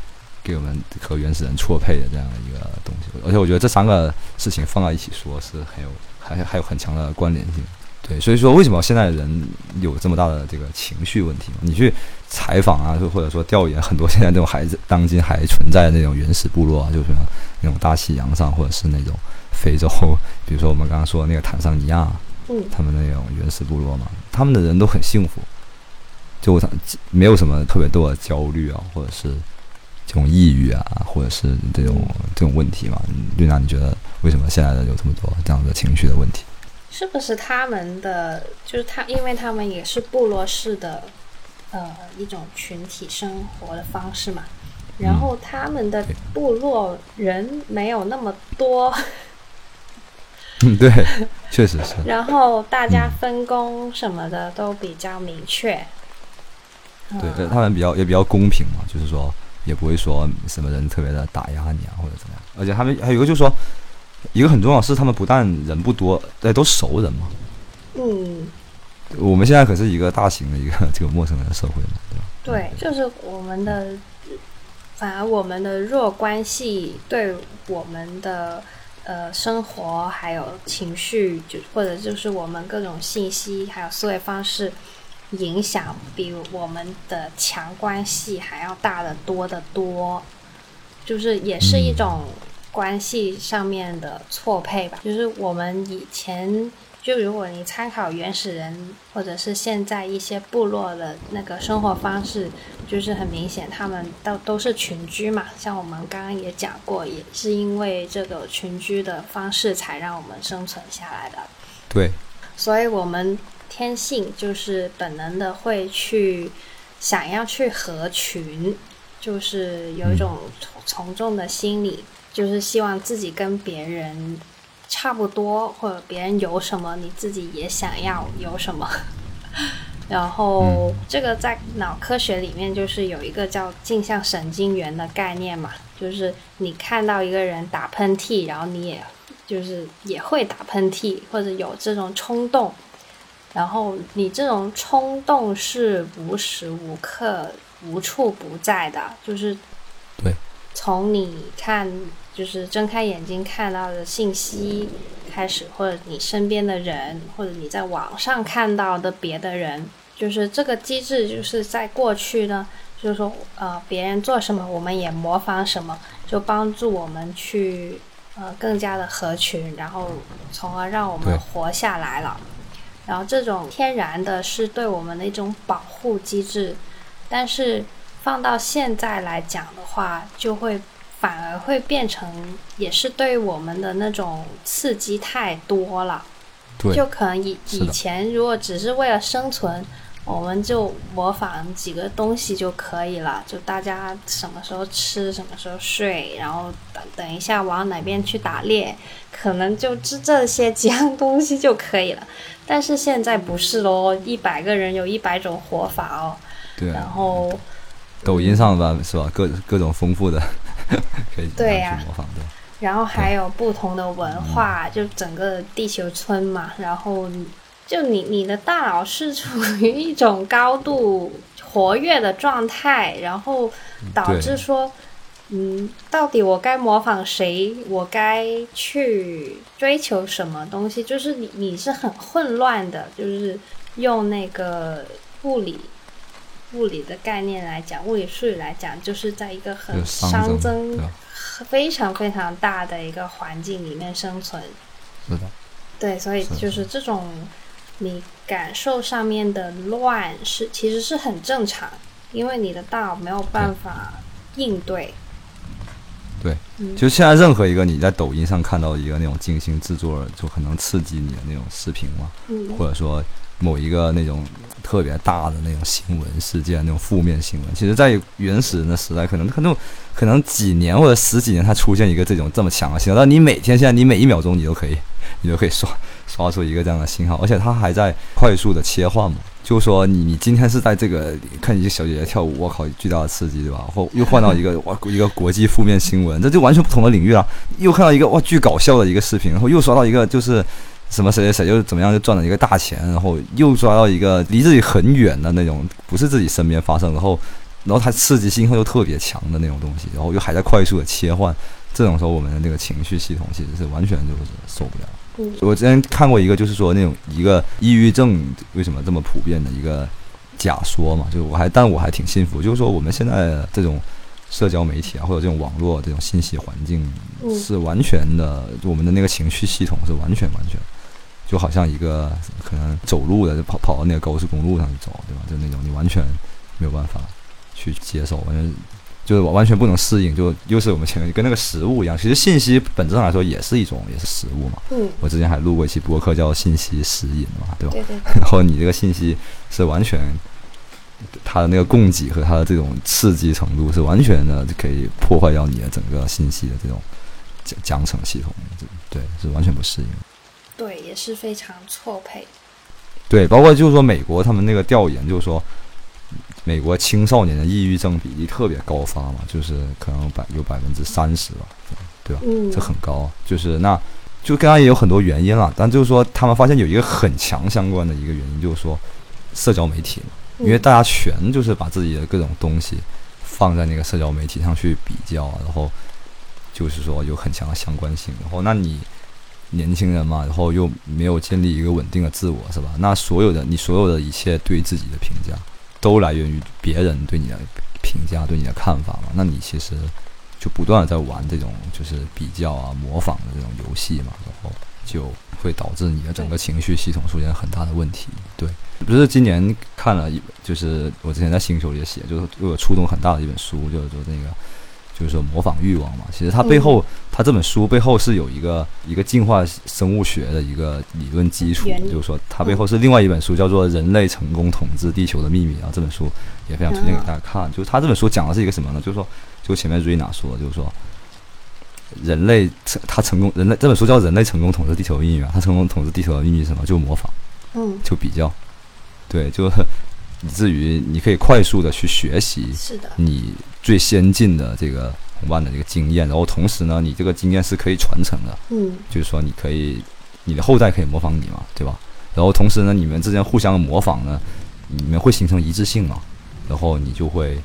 给我们和原始人错配的这样的一个东西。而且我觉得这3个事情放在一起说是还有很强的关联性。对，所以说为什么现在人有这么大的这个情绪问题？你去采访啊，或者说调研很多现在这种当今还存在的那种原始部落啊，就是那种大西洋上或者是那种非洲，比如说我们刚刚说的那个坦桑尼亚，他们那种原始部落嘛，他们的人都很幸福，就没有什么特别多的焦虑啊，或者是这种抑郁啊，或者是这种问题嘛。丽娜，你觉得为什么现在人有这么多这样的情绪的问题？ 是不是他们的就是因为他们也是部落式的一种群体生活的方式嘛，然后他们的部落人没有那么多， 对，确实是。 然后大家分工什么的都比较明确。 对，他们也比较公平嘛，就是说也不会说什么人特别的打压你啊或者怎么样。而且他们还有一个就是说，一个很重要的是他们不但人不多，都熟人嘛。我们现在可是一个大型的一个这个陌生人的社会嘛，对吧？ 对，就是反而我们的弱关系对我们的生活还有情绪，或者就是我们各种信息还有思维方式影响，比我们的强关系还要大得多得多，就是也是一种关系上面的错配吧。就是我们以前就如果你参考原始人或者是现在一些部落的那个生活方式，就是很明显他们都是群居嘛，像我们刚刚也讲过，也是因为这个群居的方式才让我们生存下来的。 对， 所以我们天性就是本能的会去想要去合群，就是有一种从众的心理，就是希望自己跟别人差不多，或者别人有什么你自己也想要有什么。然后这个在脑科学里面就是有一个叫镜像神经元的概念嘛，就是你看到一个人打喷嚏，然后你也会打喷嚏，或者有这种冲动，然后你这种冲动是无时无刻无处不在的，就是对， 从你就是睁开眼睛看到的信息开始，或者你身边的人，或者你在网上看到的别的人，就是这个机制就是在过去呢，就是说别人做什么我们也模仿什么，就帮助我们去更加的合群，然后从而让我们活下来了。然后这种天然的是对我们的一种保护机制，但是放到现在来讲的话，就会反而会变成也是对我们的那种刺激太多了。 对， 就可能以前如果只是为了生存，我们就模仿几个东西就可以了，就大家什么时候吃什么时候睡，然后等一下往哪边去打猎，可能就这些几样东西就可以了。但是现在不是咯，100个人有100种活法哦。 对， 然后抖音上吧，是吧？各种丰富的可以对呀， 模仿的。 然后还有不同的文化，就整个地球村嘛。然后就你的大脑是处于一种高度活跃的状态，然后导致说，到底我该模仿谁？我该去追求什么东西？就是你是很混乱的，就是用那个物理的概念来讲，物理术语来讲，就是在一个很熵增非常非常大的一个环境里面生存。 是的。 对，所以就是这种你感受上面的乱其实是很正常，因为你的大脑没有办法应对。 对，就现在任何一个你在抖音上看到一个那种精心制作就很能刺激你的那种视频嘛，或者说某一个那种特别大的那种新闻事件，那种负面新闻，其实在原始人的时代可能几年或者10几年才出现一个这么强的信号，但你现在你每1秒钟你都可以刷出一个这样的信号，而且它还在快速的切换嘛。就是说你今天是在这个看一个小姐姐跳舞，我靠，巨大的刺激，对吧？或又换到一个国际负面新闻，这就完全不同的领域了。又看到一个巨搞笑的一个视频，然后又刷到一个就是什么谁又怎么样就赚了一个大钱，然后又刷到一个离自己很远的那种不是自己身边发生，然后然后它刺激性又特别强的那种东西，然后又还在快速的切换，这种时候我们的那个情绪系统其实是完全就是受不了。我之前看过一个，就是说那种一个抑郁症为什么这么普遍的一个假说嘛，就是但我还挺信服，就是说我们现在的这种社交媒体啊，或者这种网络这种信息环境是完全的，我们的那个情绪系统是完全就好像一个可能走路的就跑到那个高速公路上去走，对吧？就那种你完全没有办法去接受，就是我完全不能适应，就又是我们前面跟那个食物一样，其实信息本质上来说也是食物嘛。我之前还录过一期播客叫信息食瘾嘛，对吧？ 对。 然后你这个信息是完全，它的那个供给和它的这种刺激程度是完全的可以破坏掉你的整个信息的这种奖惩系统，对，是完全不适应。 对，也是非常错配。 对，包括就是说美国他们那个调研就是说，美国青少年的抑郁症比例特别高发嘛，就是可能有30%吧，对吧？这很高，就是那就跟它也有很多原因了，但就是说他们发现有一个很强相关的一个原因，就是说社交媒体嘛，因为大家全就是把自己的各种东西放在那个社交媒体上去比较，然后就是说有很强的相关性，然后那你年轻人嘛，然后又没有建立一个稳定的自我，是吧？那你所有的一切对自己的评价都来源于别人对你的评价，对你的看法嘛。那你其实就不断的在玩这种就是比较啊、模仿的这种游戏嘛，然后就会导致你的整个情绪系统出现很大的问题。对，不是今年看了就是我之前在星球里写，就是对我触动很大的一本书，就是说那个。就是说模仿欲望嘛，其实它背后，它这本书背后是有一个进化生物学的一个理论基础，就是说它背后是另外一本书叫做《人类成功统治地球的秘密》啊，这本书也非常推荐给大家看。就是它这本书讲的是一个什么呢？就是说，就前面瑞娜说的，就是说人类这本书叫《人类成功统治地球的秘密》啊，它成功统治地球的秘密是什么？就模仿，就比较，对，就以至于你可以快速的去学习， 是的， 你最先进的这个同伴的这个经验，然后同时呢，你这个经验是可以传承的，就是说你的后代可以模仿你嘛，对吧？然后同时呢，你们之间互相模仿呢，你们会形成一致性嘛，然后你就会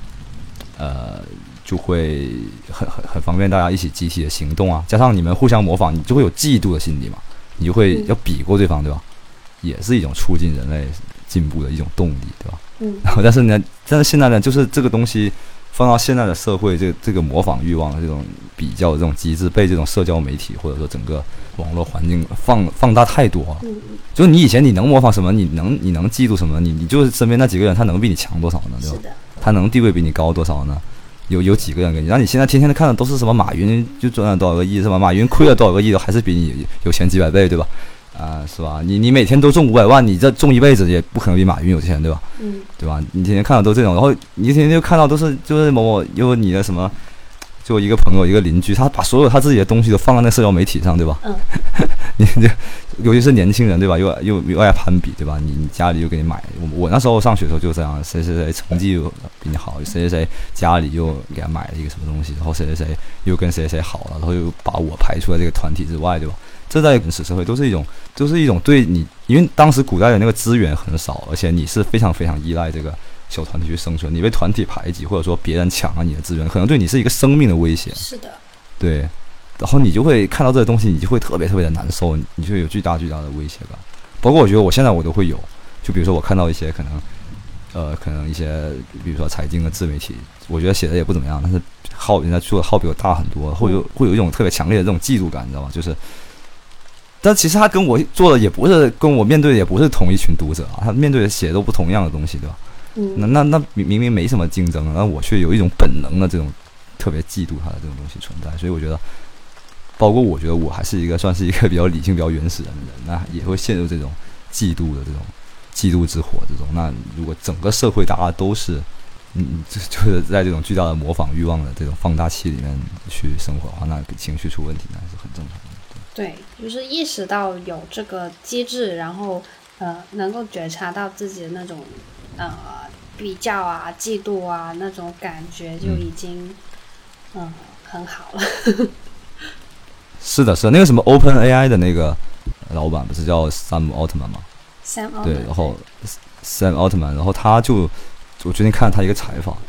很方便大家一起集体的行动啊，加上你们互相模仿，你就会有嫉妒的心理嘛，你就会要比过对方，对吧？也是一种促进人类进步的一种动力，对吧？然后但是现在呢，就是这个东西放到现在的社会，这个模仿欲望的这种比较的这种机制，被这种社交媒体或者说整个网络环境放大太多了。就是你以前你能模仿什么，你能记住什么，你就是身边那几个人，他能比你强多少呢？对吧？他能地位比你高多少呢？有几个人跟你？那你现在天天看的都是什么？马云就赚了多少个亿是吧？马云亏了多少个亿，都还是比你有钱几百倍，对吧？是吧？你每天都中500万，你这中一辈子也不可能比马云有钱，对吧？对吧？你天天看到都这种，然后你天天就看到都是就是某有你的什么，就一个朋友一个邻居，他把所有他自己的东西都放在那社交媒体上，对吧？你尤其是年轻人，对吧？又爱攀比，对吧？你家里又给你买，我那时候上学的时候就这样，谁成绩又比你好，谁家里又给他买了一个什么东西，然后谁又跟谁好了，然后又把我排除在这个团体之外，对吧？这在原始社会都是一种对你，因为当时古代的那个资源很少，而且你是非常非常依赖这个小团体去生存，你被团体排挤，或者说别人抢了你的资源，可能对你是一个生命的威胁。 是的， 对，然后你就会看到这个东西，你就会特别特别的难受，你就有巨大的威胁感。包括我觉得我现在我都会有，就比如说我看到一些可能一些比如说财经的自媒体，我觉得写的也不怎么样，但是人家做的号比我大很多，会有一种特别强烈的这种嫉妒感，你知道吗？就是。但其实他跟我做的也不是，跟我面对的也不是同一群读者啊，他面对的写的都不同样的东西，对吧？那明明没什么竞争，那我却有一种本能的这种特别嫉妒他的这种东西存在，所以我觉得，包括我觉得我还是算是一个比较理性、比较原始的人，那也会陷入这种嫉妒的这种嫉妒之火之中。那如果整个社会大家都是就是在这种巨大的模仿欲望的这种放大器里面去生活的话，那情绪出问题那是很正常的。 对，就是意识到有这个机制，然后能够觉察到自己的那种比较啊、嫉妒啊那种感觉，就已经很好了。 是的，那个什么 OpenAI 的那个老板不是叫 Sam Altman 吗？ Sam Altman 对，然后 Sam Altman， 然后我最近看了他一个采访，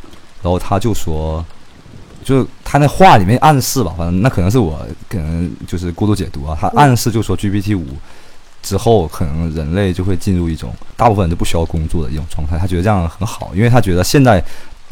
然后他就说，就是他那话里面暗示吧，反正那可能是我可能就是过度解读啊，他暗示就说 GPT-5之后可能人类就会进入一种大部分人都不需要工作的一种状态，他觉得这样很好，因为他觉得现在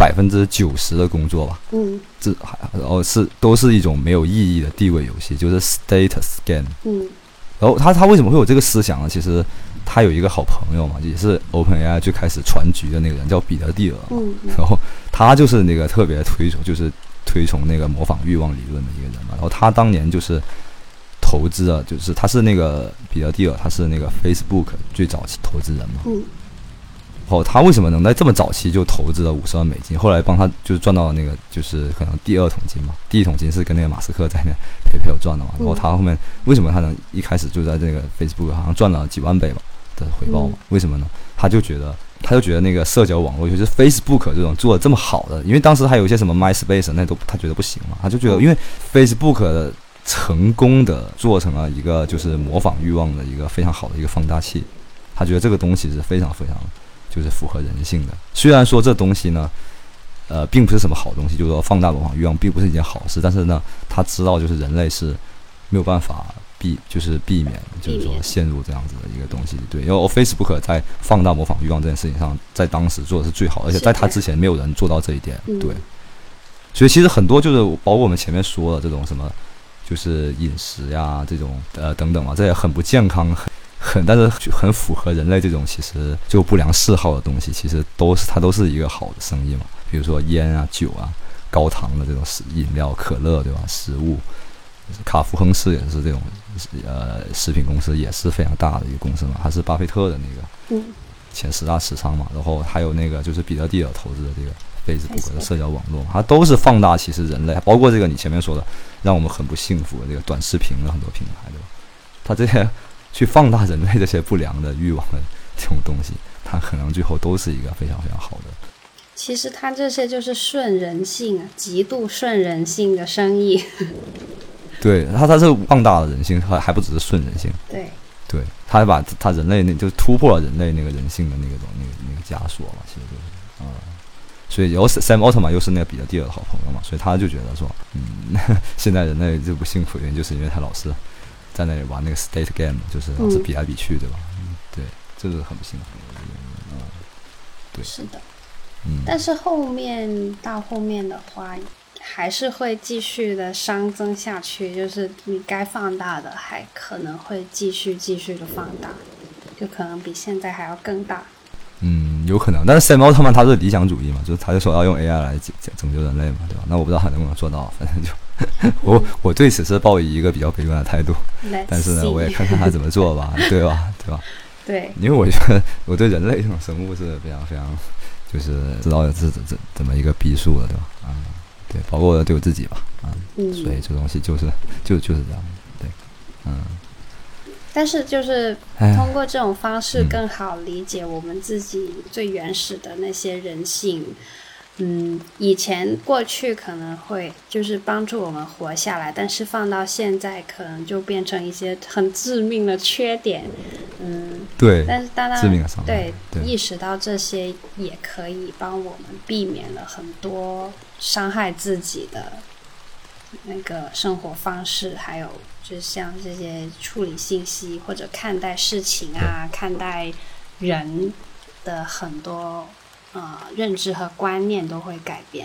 90%的工作吧，都是一种没有意义的地位游戏，就是 status game。然后他为什么会有这个思想呢？其实他有一个好朋友嘛，也是 OpenAI 最开始传局的那个人，叫彼得蒂尔嘛。然后他就是那个特别推崇那个模仿欲望理论的一个人嘛。然后他当年就是投资了，就是他是那个彼得蒂尔，他是那个 Facebook 最早期投资人嘛。然后他为什么能在这么早期就投资了50万美金？后来帮他就是赚到了那个就是可能第2桶金嘛，第1桶金是跟那个马斯克在那PayPal赚的嘛。然后他后面为什么他能一开始就在这个 Facebook 好像赚了几万倍吧的回报嘛？为什么呢？他就觉得那个社交网络就是 Facebook 这种做的这么好的，因为当时还有一些什么 MySpace 那都他觉得不行嘛，他就觉得因为 Facebook 成功的做成了一个就是模仿欲望的一个非常好的一个放大器，他觉得这个东西是非常非常就是符合人性的。虽然说这东西呢并不是什么好东西，就是说放大模仿欲望并不是一件好事，但是呢他知道就是人类是没有办法避免就是说陷入这样子的一个东西。对，因为 Facebook 在放大模仿欲望这件事情上在当时做的是最好，而且在他之前没有人做到这一点。对，所以其实很多就是包括我们前面说的这种什么就是饮食呀这种等等嘛，这也很不健康但是很符合人类这种其实就不良嗜好的东西，其实它都是一个好的生意嘛。比如说烟啊酒啊高糖的这种饮料可乐对吧，食物卡夫亨氏也是这种食品公司，也是非常大的一个公司嘛，它是巴菲特的那个前10大持仓嘛。然后还有那个就是彼得蒂尔投资的这个Facebook 的社交网络，它都是放大其实人类，包括这个你前面说的让我们很不幸福的这个短视频的很多品牌对吧，它这些去放大人类这些不良的欲望的这种东西，它可能最后都是一个非常非常好的。 其实它这些就是顺人性啊，极度顺人性的生意。 对，它是放大了人性，还不只是顺人性。对，它还把它人类就突破了人类那个人性的那个枷锁嘛，其实就是所以Sam Altman 又是那个彼得蒂尔的好朋友嘛，所以他就觉得说现在人类就不幸福的原因就是因为他老是在那里玩那个 state game， 就是老是比来比去对吧？对，这是很不幸福的对， 是的。但是到后面的话还是会继续的熵增下去，就是你该放大的还可能会继续的放大，就可能比现在还要更大。 有可能，但是 Sam Altman 他是理想主义嘛，就是他就说要用 AI 来拯救人类嘛，对吧？那我不知道他能不能做到，反正就我对此是抱以一个比较悲观的态度，但是呢，我也看看他怎么做吧，对吧？ 对， 因为我觉得我对人类这种生物是非常非常就是知道怎么一个逼数的，对吧？对，包括对我自己吧，所以这东西就是这样，对， 但是就是通过这种方式更好理解我们自己最原始的那些人性。以前过去可能会就是帮助我们活下来，但是放到现在可能就变成一些很致命的缺点。 对， 但是当然致命的伤害， 对，意识到这些也可以帮我们避免了很多伤害自己的那个生活方式，还有就像这些处理信息或者看待事情啊，看待人的很多认知和观念都会改变。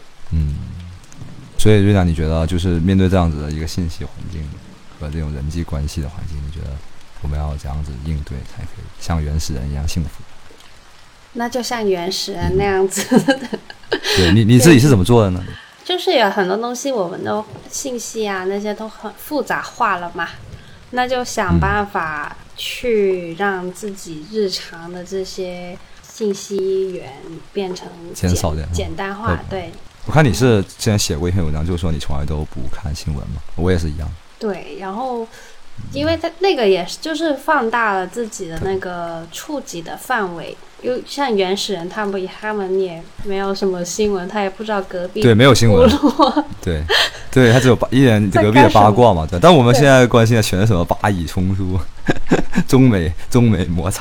所以瑞娜，你觉得就是面对这样子的一个信息环境和这种人际关系的环境，你觉得我们要这样子应对才可以像原始人一样幸福？那就像原始人那样子的对，你自己是怎么做的呢？ 就是有很多东西我们都信息啊那些都很复杂化了嘛，那就想办法去让自己日常的这些信息源变成减少点简单化。对， 我看你是之前写过一篇文章，就是说你从来都不看新闻嘛，我也是一样。 对，然后因为它那个也就是放大了自己的那个触及的范围，因为像原始人他们也没有什么新闻，他也不知道隔壁对没有新闻对，他只有一点隔壁的八卦嘛。对，但我们现在关心的全是什么巴以冲突中美摩擦，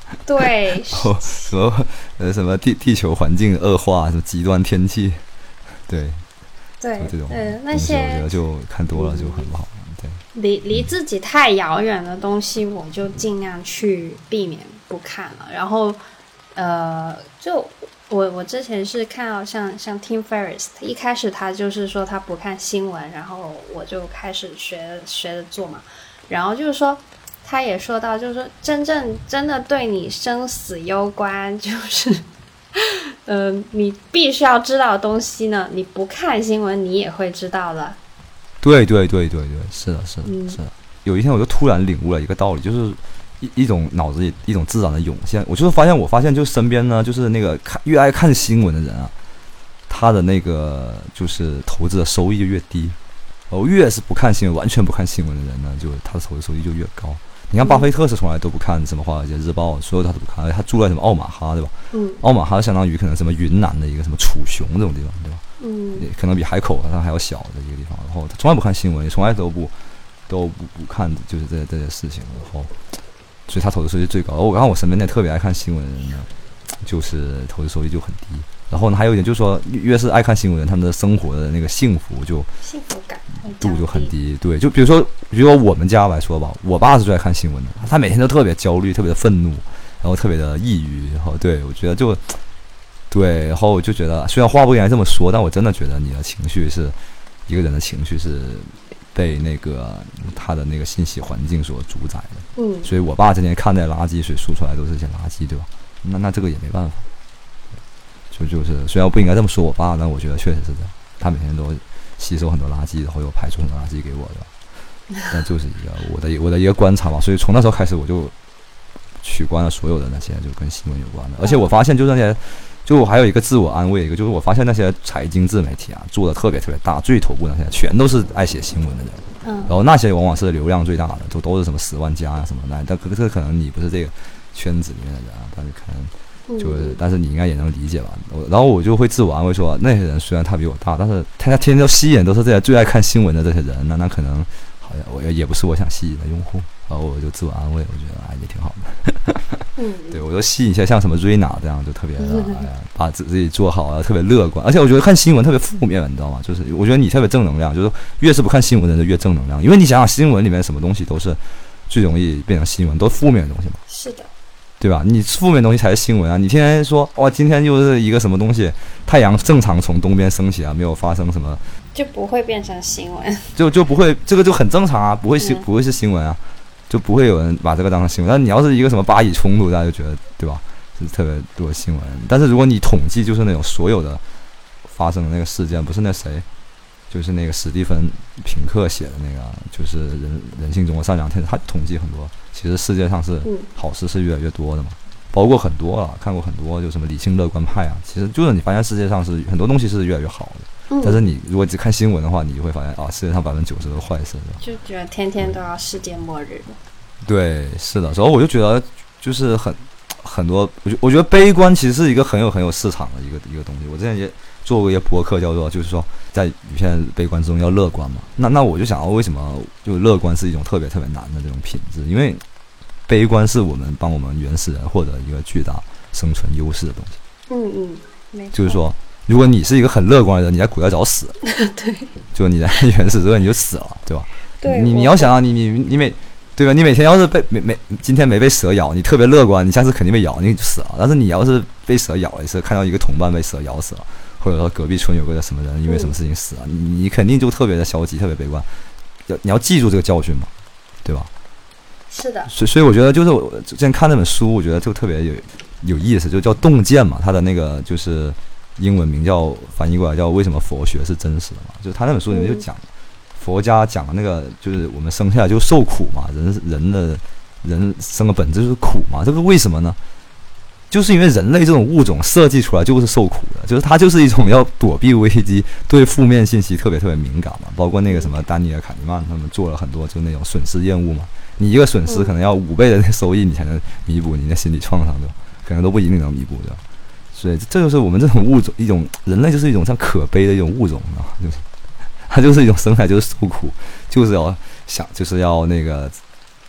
对， 什么地球环境恶化，什么极端天气，对这种那些我觉得就看多了就很不好。 对，离自己太遥远的东西，我就尽量去避免不看了。然后就我之前是看到像 Tim Ferriss， 一开始他就是说他不看新闻，然后我就开始学着做嘛。然后就是说他也说到，就是说真的对你生死攸关，就是你必须要知道的东西呢，你不看新闻你也会知道的。 对，是的。有一天我就突然领悟了一个道理，就是一种脑子里一种自然的涌现。我发现就身边呢，就是那个越爱看新闻的人啊，他的那个就是投资的收益就越低。越是不看新闻，完全不看新闻的人呢，就他的投资收益就越高。你看巴菲特是从来都不看什么华尔街日报，所有他都不看，而且他住在什么奥马哈，对吧？奥马哈相当于可能什么云南的一个什么楚雄这种地方，对吧？可能比海口还要小的一个地方。然后他从来不看新闻，也从来都不看，就是这些事情。然后，所以他投资收益最高。然后我身边那特别爱看新闻的人呢，就是投资收益就很低。然后呢，还有一点就是说，越是爱看新闻的人，他们的生活的那个幸福感度就很低。对，就比如说我们家来说吧，我爸是最爱看新闻的，他每天都特别焦虑，特别的愤怒，然后特别的抑郁。然后对我觉得就对，然后我就觉得，虽然话不应该这么说，但我真的觉得你的情绪是一个人的情绪是被那个他的那个信息环境所主宰的。所以我爸今天看那垃圾水输出来都是一些垃圾，对吧？那这个也没办法。就是虽然我不应该这么说我爸，但我觉得确实是这样。他每天都吸收很多垃圾，然后又排出很多垃圾给我的。那就是一个我的一个观察吧。所以从那时候开始，我就取关了所有的那些就跟新闻有关的。而且我发现，就那些，就我还有一个自我安慰，一个就是我发现那些财经自媒体啊，做的特别特别大，最头部那些全都是爱写新闻的人。然后那些往往是流量最大的，都是什么10万加啊什么的。但这可能你不是这个圈子里面的人啊，但是可能。但是你应该也能理解吧。然后我就会自我安慰说，那些人虽然他比我大，但是他天天都吸引都是这些最爱看新闻的这些人，那可能好像我也不是我想吸引的用户。然后我就自我安慰，我觉得也挺好的。对，我就吸引一些像什么瑞娜这样，就特别的把自己做好啊，特别乐观。而且我觉得看新闻特别负面，你知道吗？就是我觉得你特别正能量，就是越是不看新闻的人就越正能量，因为你想想新闻里面什么东西都是最容易变成新闻，都负面的东西嘛。 是的。 对吧？你负面的东西才是新闻啊！你天天说哇，今天又是一个什么东西，太阳正常从东边升起啊，没有发生什么， 就不会变成新闻， 就不会，这个就很正常啊，不会是新闻啊，就不会有人把这个当成新闻。但你要是一个什么巴以冲突，大家就觉得对吧？是特别多新闻。但是如果你统计，就是那种所有的发生的那个事件，不是那谁，就是那个史蒂芬平克写的那个，就是人性中的善良天使，他统计很多。其实世界上是好事是越来越多的嘛，包括很多了，看过很多，就什么理性乐观派啊，其实就是你发现世界上是很多东西是越来越好的，但是你如果只看新闻的话，你就会发现啊，世界上90%都是坏事， 就觉得天天都要世界末日。 对，是的，所以我就觉得就是很多，我觉得悲观其实是一个很有市场的一个东西。我之前也做过一些博客，叫做就是说在一片悲观之中要乐观嘛。那我就想为什么就乐观是一种特别特别难的这种品质？因为悲观是我们帮我们原始人获得一个巨大生存优势的东西。 没错。 就是说，如果你是一个很乐观的人，你在古代早死。 对。 就你在原始社会你就死了，对吧？ 对。 你要想啊，你每对吧？你每天要是今天没被蛇咬，你特别乐观，你下次肯定被咬，你就死了。但是你要是被蛇咬了一次，看到一个同伴被蛇咬死了，或者说隔壁村有个什么人因为什么事情死了，你肯定就特别的消极，特别悲观。你要记住这个教训嘛，对吧？ 是的。 所以我觉得就是我之前看那本书，我觉得就特别有意思，就叫《洞见》嘛，它的那个就是英文名叫翻译过来叫为什么佛学是真实的嘛，就是他那本书里面就讲。佛家讲的那个就是我们生下来就受苦嘛，人生的本质就是苦嘛，这个为什么呢？就是因为人类这种物种设计出来就是受苦的，就是它就是一种要躲避危机，对负面信息特别特别敏感嘛。包括那个什么丹尼尔·卡尼曼他们做了很多就那种损失厌恶嘛，你一个损失可能要5倍的收益你才能弥补你的心理创伤，对吧？可能都不一定能弥补的。所以这就是我们这种物种，一种人类就是一种像可悲的一种物种啊，它就是一种生来就是受苦，就是要那个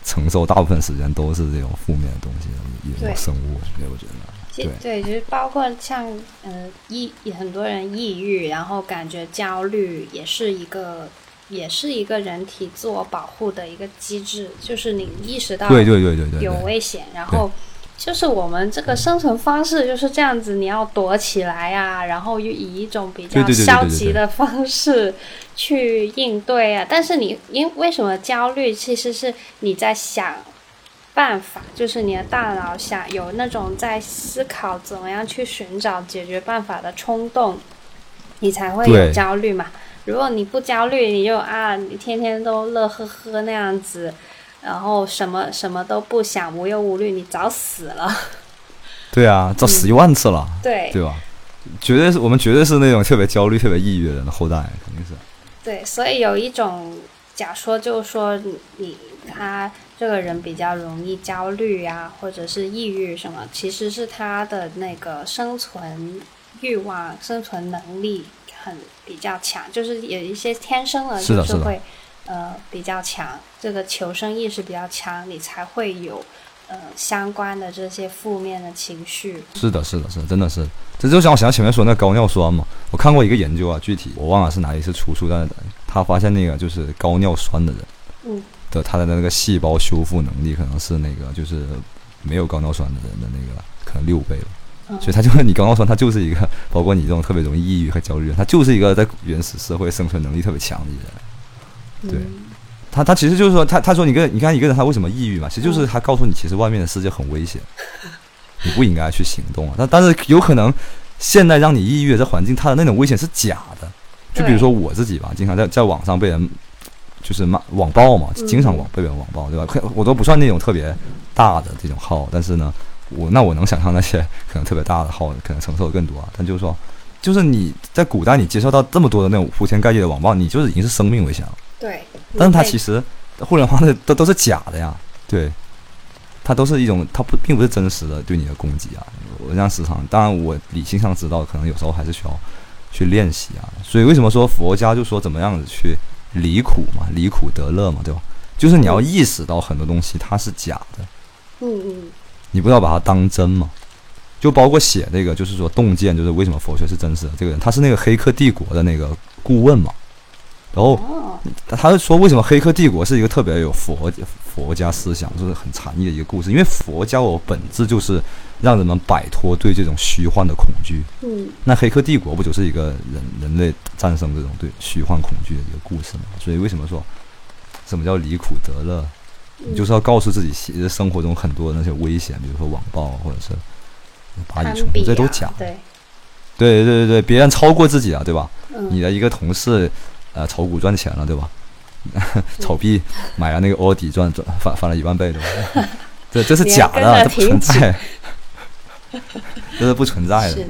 承受大部分时间都是这种负面的东西的一种生物，我觉得。 对，就是包括像很多人抑郁，然后感觉焦虑，也是一个人体自我保护的一个机制，就是你意识到有危险，然后就是我们这个生存方式就是这样子，你要躲起来啊，然后又以一种比较消极的方式去应对啊。但是为什么焦虑？其实是你在想办法，就是你的大脑有那种在思考怎么样去寻找解决办法的冲动，你才会有焦虑嘛。如果你不焦虑，你就你天天都乐呵呵那样子，然后什么都不想，无忧无虑，你早死了。 对啊，早死1万次了， 对吧？我们绝对是那种特别焦虑、特别抑郁的人的后代，肯定是。 对，所以有一种假说就是说他这个人比较容易焦虑啊，或者是抑郁什么，其实是他的那个生存欲望、生存能力比较强，就是有一些天生的就是会比较强，这个求生意识比较强，你才会有相关的这些负面的情绪。是的， 真的是。这就像我想前面说那高尿酸嘛，我看过一个研究啊，具体我忘了是哪一次出处，但是他发现那个就是高尿酸的人，他的那个细胞修复能力可能是那个就是没有高尿酸的人的那个可能6倍了。所以他就是你高尿酸，他就是一个包括你这种特别容易抑郁和焦虑，他就是一个在原始社会生存能力特别强的一个人。对，他其实就是说他说你看一个人他为什么抑郁嘛，其实就是他告诉你其实外面的世界很危险，你不应该去行动啊。但是有可能现在让你抑郁的这环境，它的那种危险是假的。就比如说我自己吧，经常在网上被人就是网暴嘛，经常被人网暴，对吧？我都不算那种特别大的这种号，但是呢。我能想象那些可能特别大的号可能承受的更多啊，但就是说，就是你在古代你接受到这么多的那种铺天盖地的网暴，你就是已经是生命危险了。 对， 但是它其实互联网的都是假的呀，对，它都是一种它并不是真实的对你的攻击啊。我这样时常，当然我理性上知道，可能有时候还是需要去练习啊。所以为什么说佛家就说怎么样子去离苦嘛，离苦得乐嘛，对吧？就是你要意识到很多东西它是假的。你不要把它当真嘛，就包括写那个，就是说洞见，就是为什么佛学是真实的。这个人他是那个黑客帝国的那个顾问嘛，然后他说为什么黑客帝国是一个特别有佛家思想，就是很禅意的一个故事。因为佛教本质就是让人们摆脱对这种虚幻的恐惧。那黑客帝国不就是一个人类战胜这种对虚幻恐惧的一个故事嘛？所以为什么说什么叫离苦得乐？你就是要告诉自己，其实生活中很多的那些危险，比如说网暴或者是蚂蚁冲突，这都假的。对，别人超过自己啊，对吧？你的一个同事炒股赚钱了，对吧？炒币买了那个奥迪翻了1万倍，对吧？这是假的，这不存在，这是不存在的。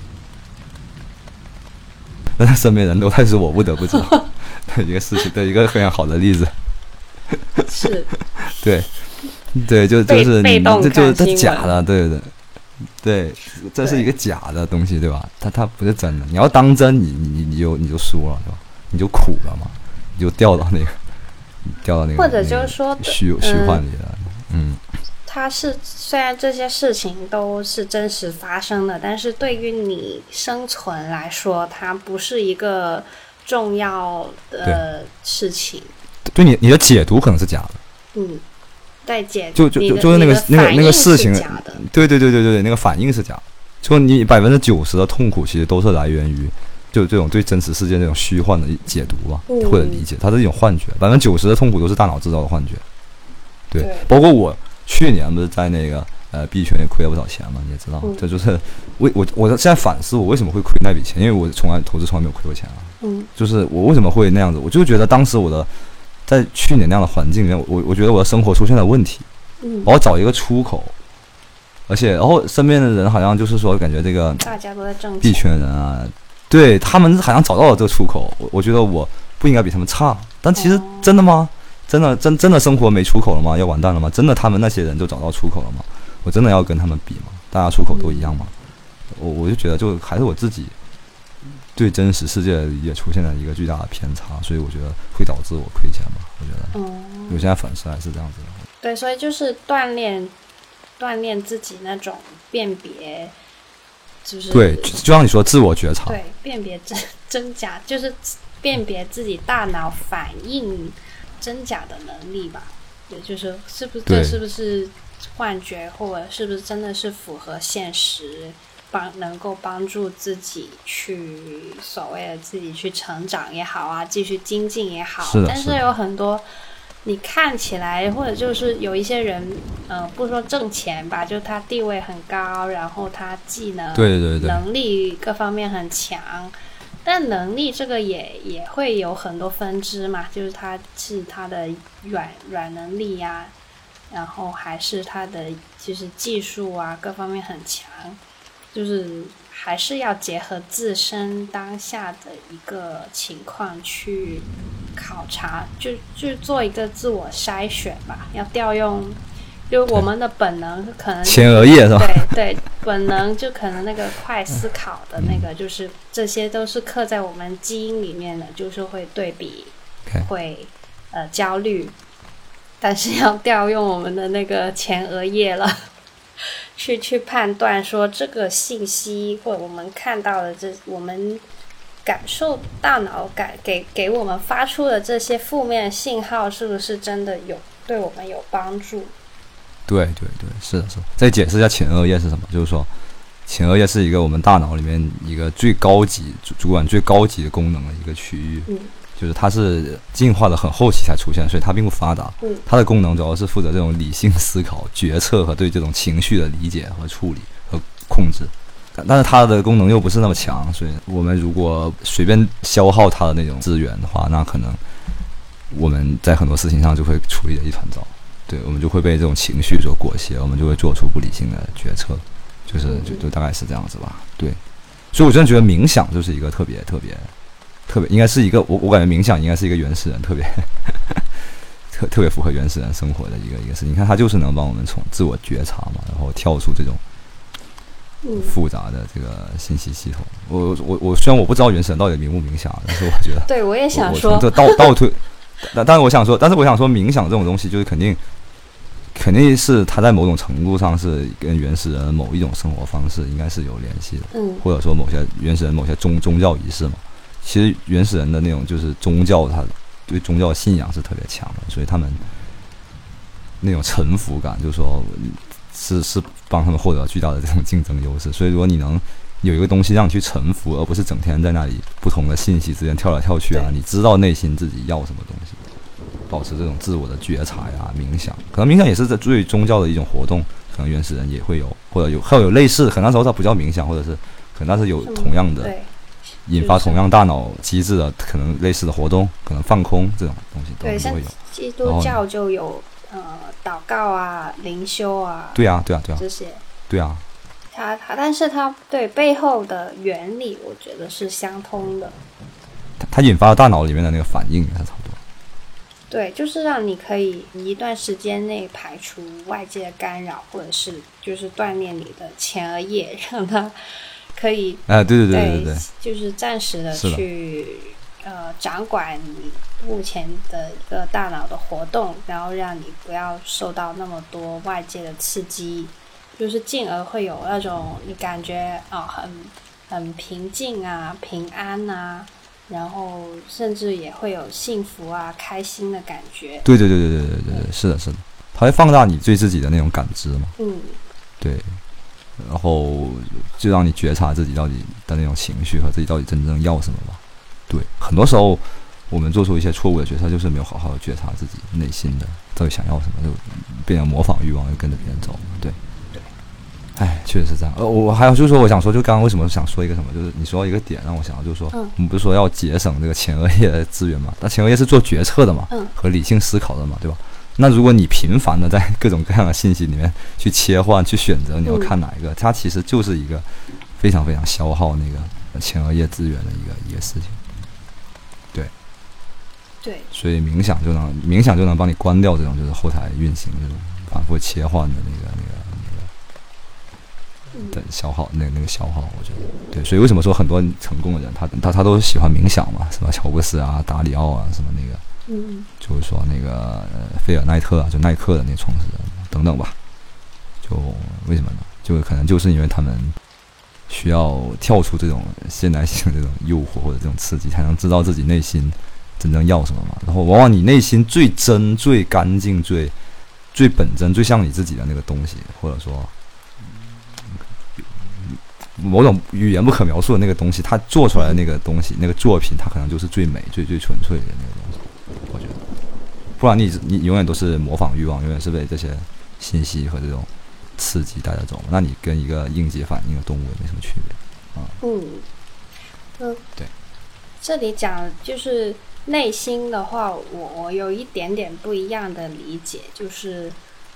但是身边人都太是我不得不知道的一个事情的一个非常好的例子。 是， 对，就是这就是它假的，对，这是一个假的东西，对吧？它不是真的。你要当真，你就输了，对吧？你就苦了嘛，你就掉到那个， 或者就是说虚幻里了。 它是虽然这些事情都是真实发生的，但是对于你生存来说，它不是一个重要的事情。对你的解读可能是假的， 对解就是那个事情，对，那个反应是假的。就你90%的痛苦其实都是来源于就这种对真实世界这种虚幻的解读吧，或者理解，它是一种幻觉。90%的痛苦都是大脑制造的幻觉。对，包括我去年不是在那个币圈也亏了不少钱嘛，你也知道，这就是我现在反思我为什么会亏那笔钱，因为我投资从来没有亏过钱啊。就是我为什么会那样子，我就觉得当时我的。在去年那样的环境里面，我觉得我的生活出现了问题，我要找一个出口，而且然后身边的人好像就是说，感觉这个大家都在挣钱， 币圈人啊，对他们好像找到了这个出口，我觉得我不应该比他们差，但其实真的吗？真的生活没出口了吗？要完蛋了吗？真的他们那些人就找到出口了吗？我真的要跟他们比吗？大家出口都一样吗？我就觉得就还是我自己对真实世界也出现了一个巨大的偏差，所以我觉得会导致我亏钱嘛。我觉得，我现在反思还是这样子的。 对，所以就是锻炼自己那种辨别，就是对，就像你说自我觉察， 对，辨别真假，就是辨别自己大脑反应真假的能力吧。对，就是这是不是幻觉，或者是不是真的是符合现实，能够帮助自己去所谓的自己去成长也好啊，继续精进也好。但是有很多你看起来，或者就是有一些人，不说挣钱吧，就他地位很高，然后他技能、 对能力各方面很强，但能力这个也会有很多分支嘛，就是他的软能力呀，然后还是他的就是技术啊，各方面很强，就是还是要结合自身当下的一个情况去考察，就做一个自我筛选吧，要调用。就我们的本能可能前额叶是吧？ 对，本能就可能那个快思考的那个，就是这些都是刻在我们基因里面的，就是会对比，会焦虑，但是要调用我们的那个前额叶了，去判断说这个信息或者我们看到的我们感受大脑给我们发出的这些负面信号是不是真的对我们有帮助。 对，是的。再解释一下前额叶是什么，就是说前额叶是一个我们大脑里面一个最高级主管最高级的功能的一个区域，就是它是进化的很后期才出现，所以它并不发达。它的功能主要是负责这种理性思考、决策和对这种情绪的理解和处理和控制，但是它的功能又不是那么强，所以我们如果随便消耗它的那种资源的话，那可能我们在很多事情上就会处理的一团糟。对，我们就会被这种情绪所裹挟，我们就会做出不理性的决策，就大概是这样子吧。对，所以我真的觉得冥想就是一个特别，应该是一个我感觉冥想应该是一个原始人特别符合原始人生活的一个事情。你看，它就是能帮我们从自我觉察嘛，然后跳出这种复杂的这个信息系统。我虽然我不知道原始人到底冥不冥想，但是我觉得， 对我也想说， 我从这倒推。但是我想说，冥想这种东西就是肯定是它在某种程度上是跟原始人某一种生活方式应该是有联系的，或者说原始人某些宗教仪式嘛。其实原始人的那种就是宗教，他对宗教信仰是特别强的，所以他们那种臣服感，就是说是帮他们获得巨大的这种竞争优势。所以如果你能有一个东西让你去臣服，而不是整天在那里不同的信息之间跳来跳去啊，你知道内心自己要什么东西，保持这种自我的觉察呀，冥想，可能冥想也是对于宗教的一种活动，可能原始人也会有，或者有类似，可能那时候它不叫冥想，或者是可能它是有同样的引发同样大脑机制的可能类似的活动，可能放空这种东西都会有。 像基督教就有祷告啊、灵修啊， 对啊这些， 对啊。 但是它对背后的原理，我觉得是相通的。 它引发了大脑里面的那个反应，它差不多。 对，就是让你可以一段时间内排除外界的干扰，或者是就是锻炼你的前额叶，让它可以对， 就是暂时的去掌管你目前的一个大脑的活动，然后让你不要受到那么多外界的刺激。就是进而会有那种你感觉很平静啊、平安啊，然后甚至也会有幸福啊、开心的感觉。 对，是的，它会放大你对自己的那种感知嘛。对，然后就让你觉察自己到底的那种情绪和自己到底真正要什么吧。对，很多时候我们做出一些错误的决策，就是没有好好的觉察自己内心的到底想要什么，就变成模仿欲望，就跟着别人走。对。确实是这样。我还有就是说，我想说，就刚刚为什么想说一个什么，就是你说到一个点让我想到，就是说，我们不是说要节省这个前额叶的资源嘛？那前额叶是做决策的嘛，和理性思考的嘛，对吧？那如果你频繁的在各种各样的信息里面去切换、去选择你要看哪一个，它其实就是一个非常非常消耗那个前额叶资源的一个事情。对，所以冥想就能帮你关掉这种就是后台运行这种反复切换的那个的消耗，那个消耗，我觉得对，所以为什么说很多成功的人他都喜欢冥想嘛，什么乔布斯啊、达里奥啊，什么那个就是说那个菲尔奈特啊，就耐克的那创始人等等吧。就为什么呢？就可能就是因为他们需要跳出这种现代性的这种诱惑或者这种刺激，才能知道自己内心真正要什么嘛。然后往往你内心最真、最干净、最本真、最像你自己的那个东西，或者说某种语言不可描述的那个东西，它做出来的那个东西，那个作品，它可能就是最美、最纯粹的那个东西。我觉得，不然你永远都是模仿欲望，永远是被这些信息和这种刺激带着走，那你跟一个应激反应的动物也没什么区别。对。 这里讲就是内心的话，我有一点点不一样的理解，就是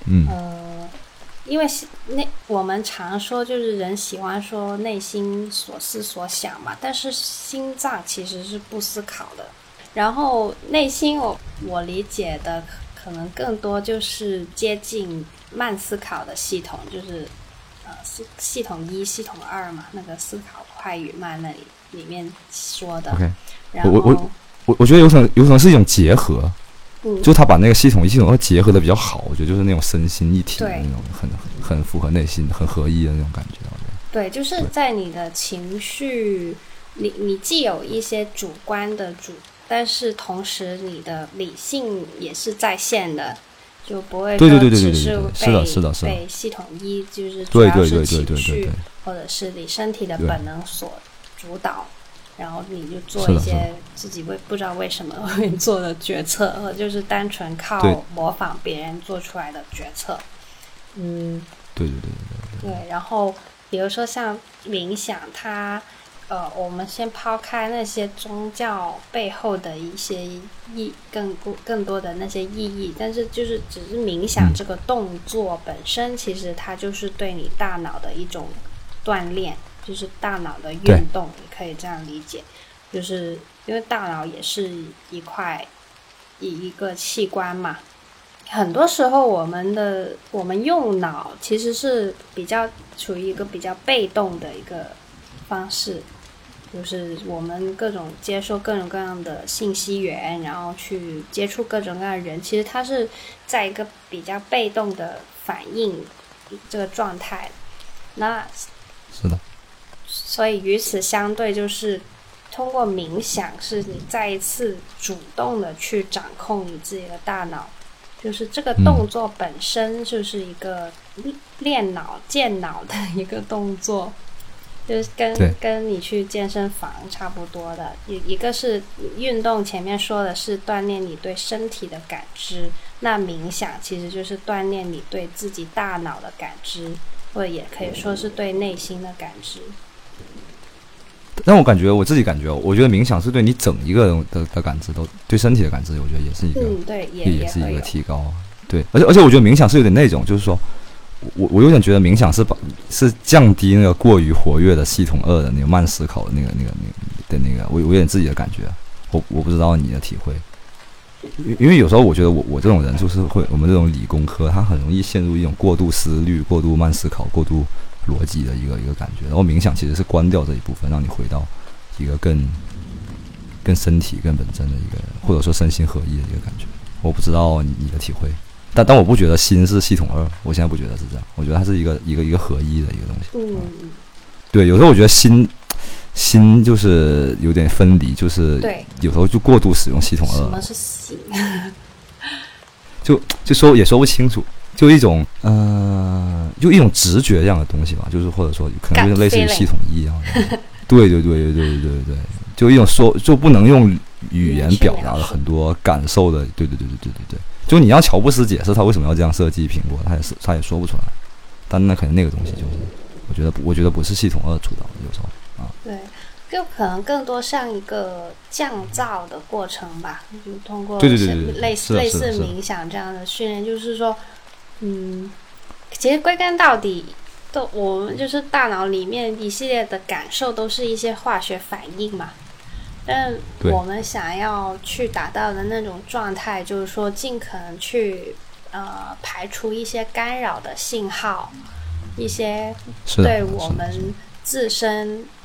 因为我们常说就是人喜欢说内心所思所想嘛，但是心脏其实是不思考的。然后内心我理解的可能更多就是接近慢思考的系统，就是系统1、系统2嘛，那个思考快与慢那里面说的。 Okay. 然后我觉得有可能是一种结合，就他把那个系统1、系统2结合的比较好，我觉得就是那种身心一体的那种很符合内心、很合一的那种感觉。 对，就是在你的情绪，你既有一些主观的但是同时你的理性也是在线的，就不会说只是被系统1就是主要是情绪或者是你身体的本能所主导，然后你就做一些自己不知道为什么会做的决策，或者就是单纯靠模仿别人做出来的决策。对，然后比如说像冥想，它我们先抛开那些宗教背后的一些更多的那些意义，但是就是只是冥想这个动作本身，其实它就是对你大脑的一种锻炼，就是大脑的运动，你可以这样理解，就是因为大脑也是一个器官嘛。很多时候我们用脑其实是处于一个比较被动的一个方式，就是我们接收各种各样的信息源，然后去接触各种各样的人，其实它是在一个比较被动的反应这个状态。那是的， 所以与此相对，就是通过冥想是你再一次主动的去掌控你自己的大脑，就是这个动作本身就是一个练脑健脑的一个动作，就是跟你去健身房差不多的。一个是运动，前面说的是锻炼你对身体的感知，那冥想其实就是锻炼你对自己大脑的感知，或者也可以说是对内心的感知。 但我自己感觉，我觉得冥想是对你整一个人的感知，都对身体的感知，我觉得也是一个， 对， 也是一个提高。对，而且我觉得冥想是有点那种，就是说，我有点觉得冥想是降低那个过于活跃的系统2的那个慢思考的那个，我有点自己的感觉，我不知道你的体会。因为有时候我觉得我这种人就是我们这种理工科，他很容易陷入一种过度思虑、过度慢思考、过度逻辑的一个感觉，然后冥想其实是关掉这一部分，让你回到一个更身体、更本真的一个，或者说身心合一的一个感觉。我不知道你的体会，但我不觉得心是系统2，我现在不觉得是这样，我觉得它是一个合一的一个东西。对，有时候我觉得心就是有点分离，就是有时候就过度使用系统2。 什么是心？ 就说也说不清楚。就一种就一种直觉这样的东西吧，就是或者说可能就是类似于系统1一样的。对，就一种就不能用语言表达的很多感受的。对，就你让乔布斯解释他为什么要这样设计苹果，他也说不出来。但那可能那个东西就是我觉得不是系统2主导的，有时候啊。 对，就可能更多像一个降噪的过程吧，就通过类似冥想这样的训练，就是说。其实归根到底，我们就是大脑里面一系列的感受都是一些化学反应嘛。但我们想要去达到的那种状态，就是说尽可能去排除一些干扰的信号，一些对我们自身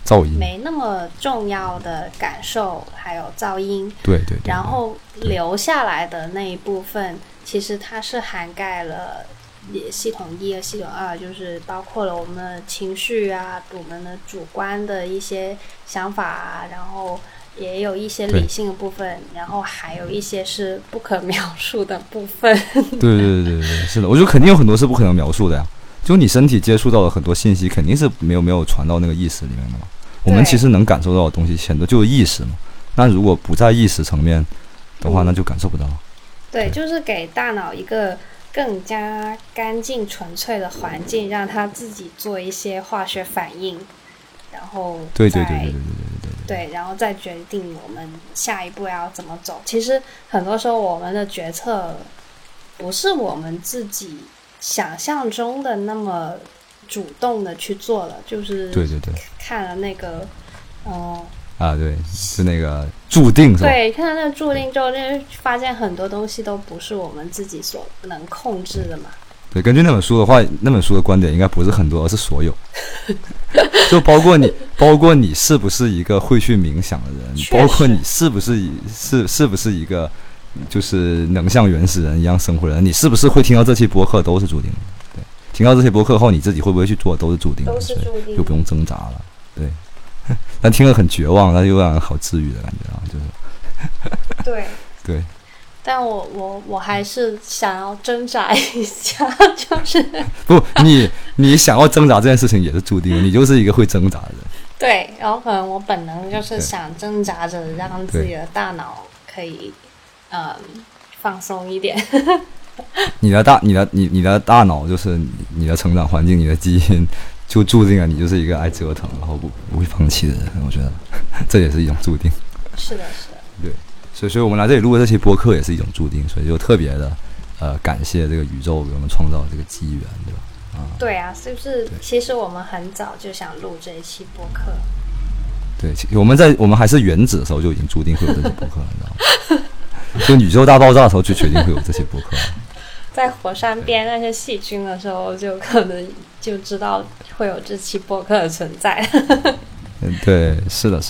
噪音， 没那么重要的感受，还有噪音。 对对对， 然后留下来的那一部分，其实它是涵盖了系统1和系统2，就是包括了我们的情绪啊，我们的主观的一些想法啊，然后也有一些理性的部分，然后还有一些是不可描述的部分。 对对对对，是的，我觉得肯定有很多是不可能描述的呀。就你身体接触到的很多信息，肯定是没有传到那个意识里面的嘛。我们其实能感受到的东西，很多就是意识嘛。那如果不在意识层面的话，那就感受不到。 对，就是给大脑一个更加干净纯粹的环境，让它自己做一些化学反应，然后对， 然后再决定我们下一步要怎么走。其实很多时候我们的决策不是我们自己想象中的那么主动的去做了，就是对看了那个对，是那个注定是吧？ 对，看到那个注定之后，就发现很多东西都不是我们自己所能控制的嘛。 对，根据那本书的话，那本书的观点应该不是很多，而是所有，就包括你是不是一个会去冥想的人，包括你是不是一个就是能像原始人一样生活的人，你是不是会听到这期播客都是注定的。对，听到这些播客后，你自己会不会去做都是注定的， 都是注定的， 就不用挣扎了。对。但听了很绝望，但又让人好治愈的感觉啊，就是对对。 但我还是想要挣扎一下，就是不，你想要挣扎这件事情也是注定的，你就是一个会挣扎的人。 对，然后可能我本能就是想挣扎着让自己的大脑可以放松一点。 你的大脑就是你的成长环境，你的基因。就注定了你就是一个爱折腾然后不会放弃的人，我觉得这也是一种注定。 是的， 对，所以我们来这里录的这期播客也是一种注定，所以就特别的感谢这个宇宙给我们创造这个机缘，对吧？ 对啊，是不是？其实我们很早就想录这一期播客。 对，我们还是原子的时候就已经注定会有这期播客了，你知道吗？就宇宙大爆炸的时候就决定会有这些播客。 在火山边那些细菌的时候，就可能就知道会有这期播客的存在。 对，是的。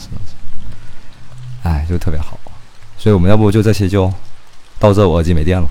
哎，就特别好，所以我们要不就这期就到这，我耳机没电了。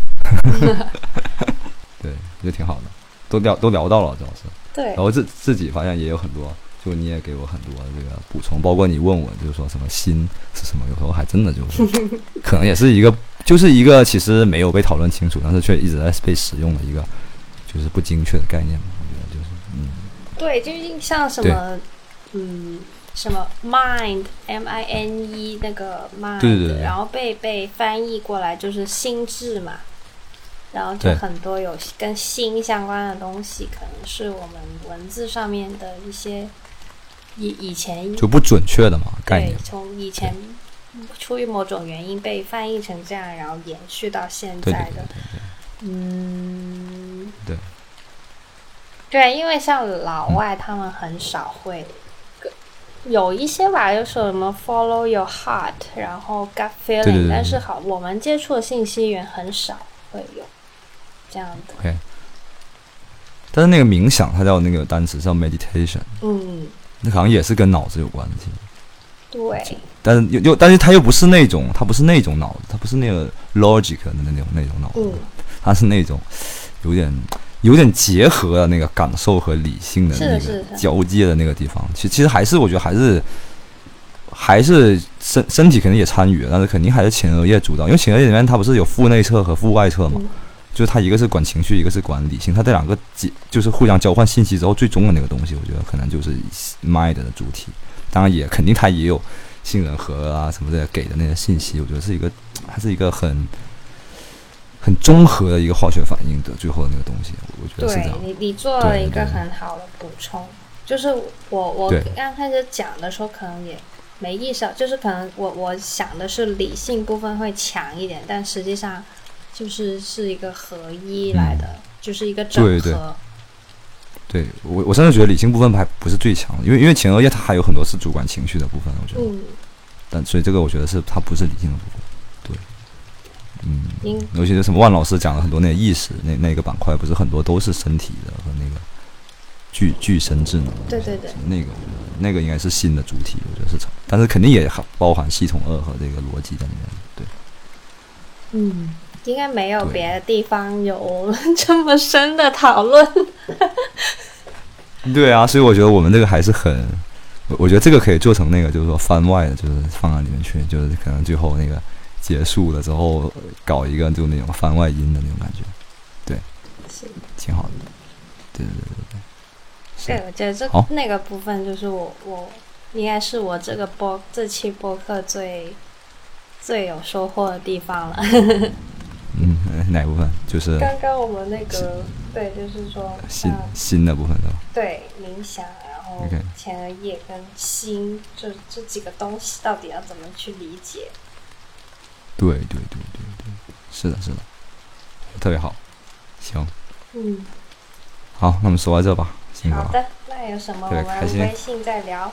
对，就挺好的，都聊到了，主要是。 对。 然后自己发现也有很多，就你也给我很多这个补充，包括你问我就是说什么心是什么，有时候还真的就是可能也是一个。就是一个其实没有被讨论清楚，但是却一直在被使用的一个就是不精确的概念嘛，我觉得就是对，就是像什么什么 mind MINE 那个 mind， 对， 然后被翻译过来就是心智嘛，然后就很多有跟心相关的东西，可能是我们文字上面的一些以前就不准确的嘛概念， 对，从以前。出于某种原因被翻译成这样，然后延续到现在的，对，因为像老外他们很少会，有一些吧，就说什么 follow your heart， 然后 gut feeling， 对， 但是我们接触的信息源很少会有这样的。 Okay. 但是那个冥想，它叫那个单词叫 meditation， 那好像也是跟脑子有关的。 对， 但是它又不是那种，它不是那种脑子，它不是那个 logic 的那种脑子，它是那种有点结合了那个感受和理性的那个交界的那个地方。其实还是我觉得还是身体肯定也参与，但是肯定还是前额叶主导，因为前额叶里面它不是有腹内侧和腹外侧嘛，就是它一个是管情绪，一个是管理性，它这两个就是互相交换信息之后，最终的那个东西，我觉得可能就是 mind 的主体。当然肯定它也有杏仁核啊什么的给的那些信息，我觉得还是一个很综合的一个化学反应的最后的那个东西，我觉得是这样。 对，你做了一个很好的补充，就是我刚开始讲的时候可能也没意识到，就是可能我想的是理性部分会强一点，但实际上是一个合一来的，就是一个整合。 对，我甚至觉得理性部分还不是最强的，因为前额叶它还有很多是主观情绪的部分，我觉得。但所以这个我觉得它不是理性的部分。对。尤其是什么万老师讲了很多那个意识那个板块，不是很多都是身体的和那个具身智能。 对对对， 那个应该是新的主题，我觉得是，但是肯定也包含系统2和这个逻辑在里面。对， 应该没有别的地方有这么深的讨论。 对啊，所以我觉得我们这个还是很，我觉得这个可以做成那个，就是说番外的，就是放在里面去，就是可能最后那个结束了之后搞一个就那种番外音的那种感觉，对，挺好的。对， 我觉得那个部分就是我应该是我这期播客最有收获的地方了。 哪部分？就是刚刚我们那个对，就是说新的部分对吧？ 对，冥想，然后前额叶跟心这几个东西到底要怎么去理解？ 对，是的，特别好。行，好，那我们说到这吧。 好的，那有什么我们微信再聊。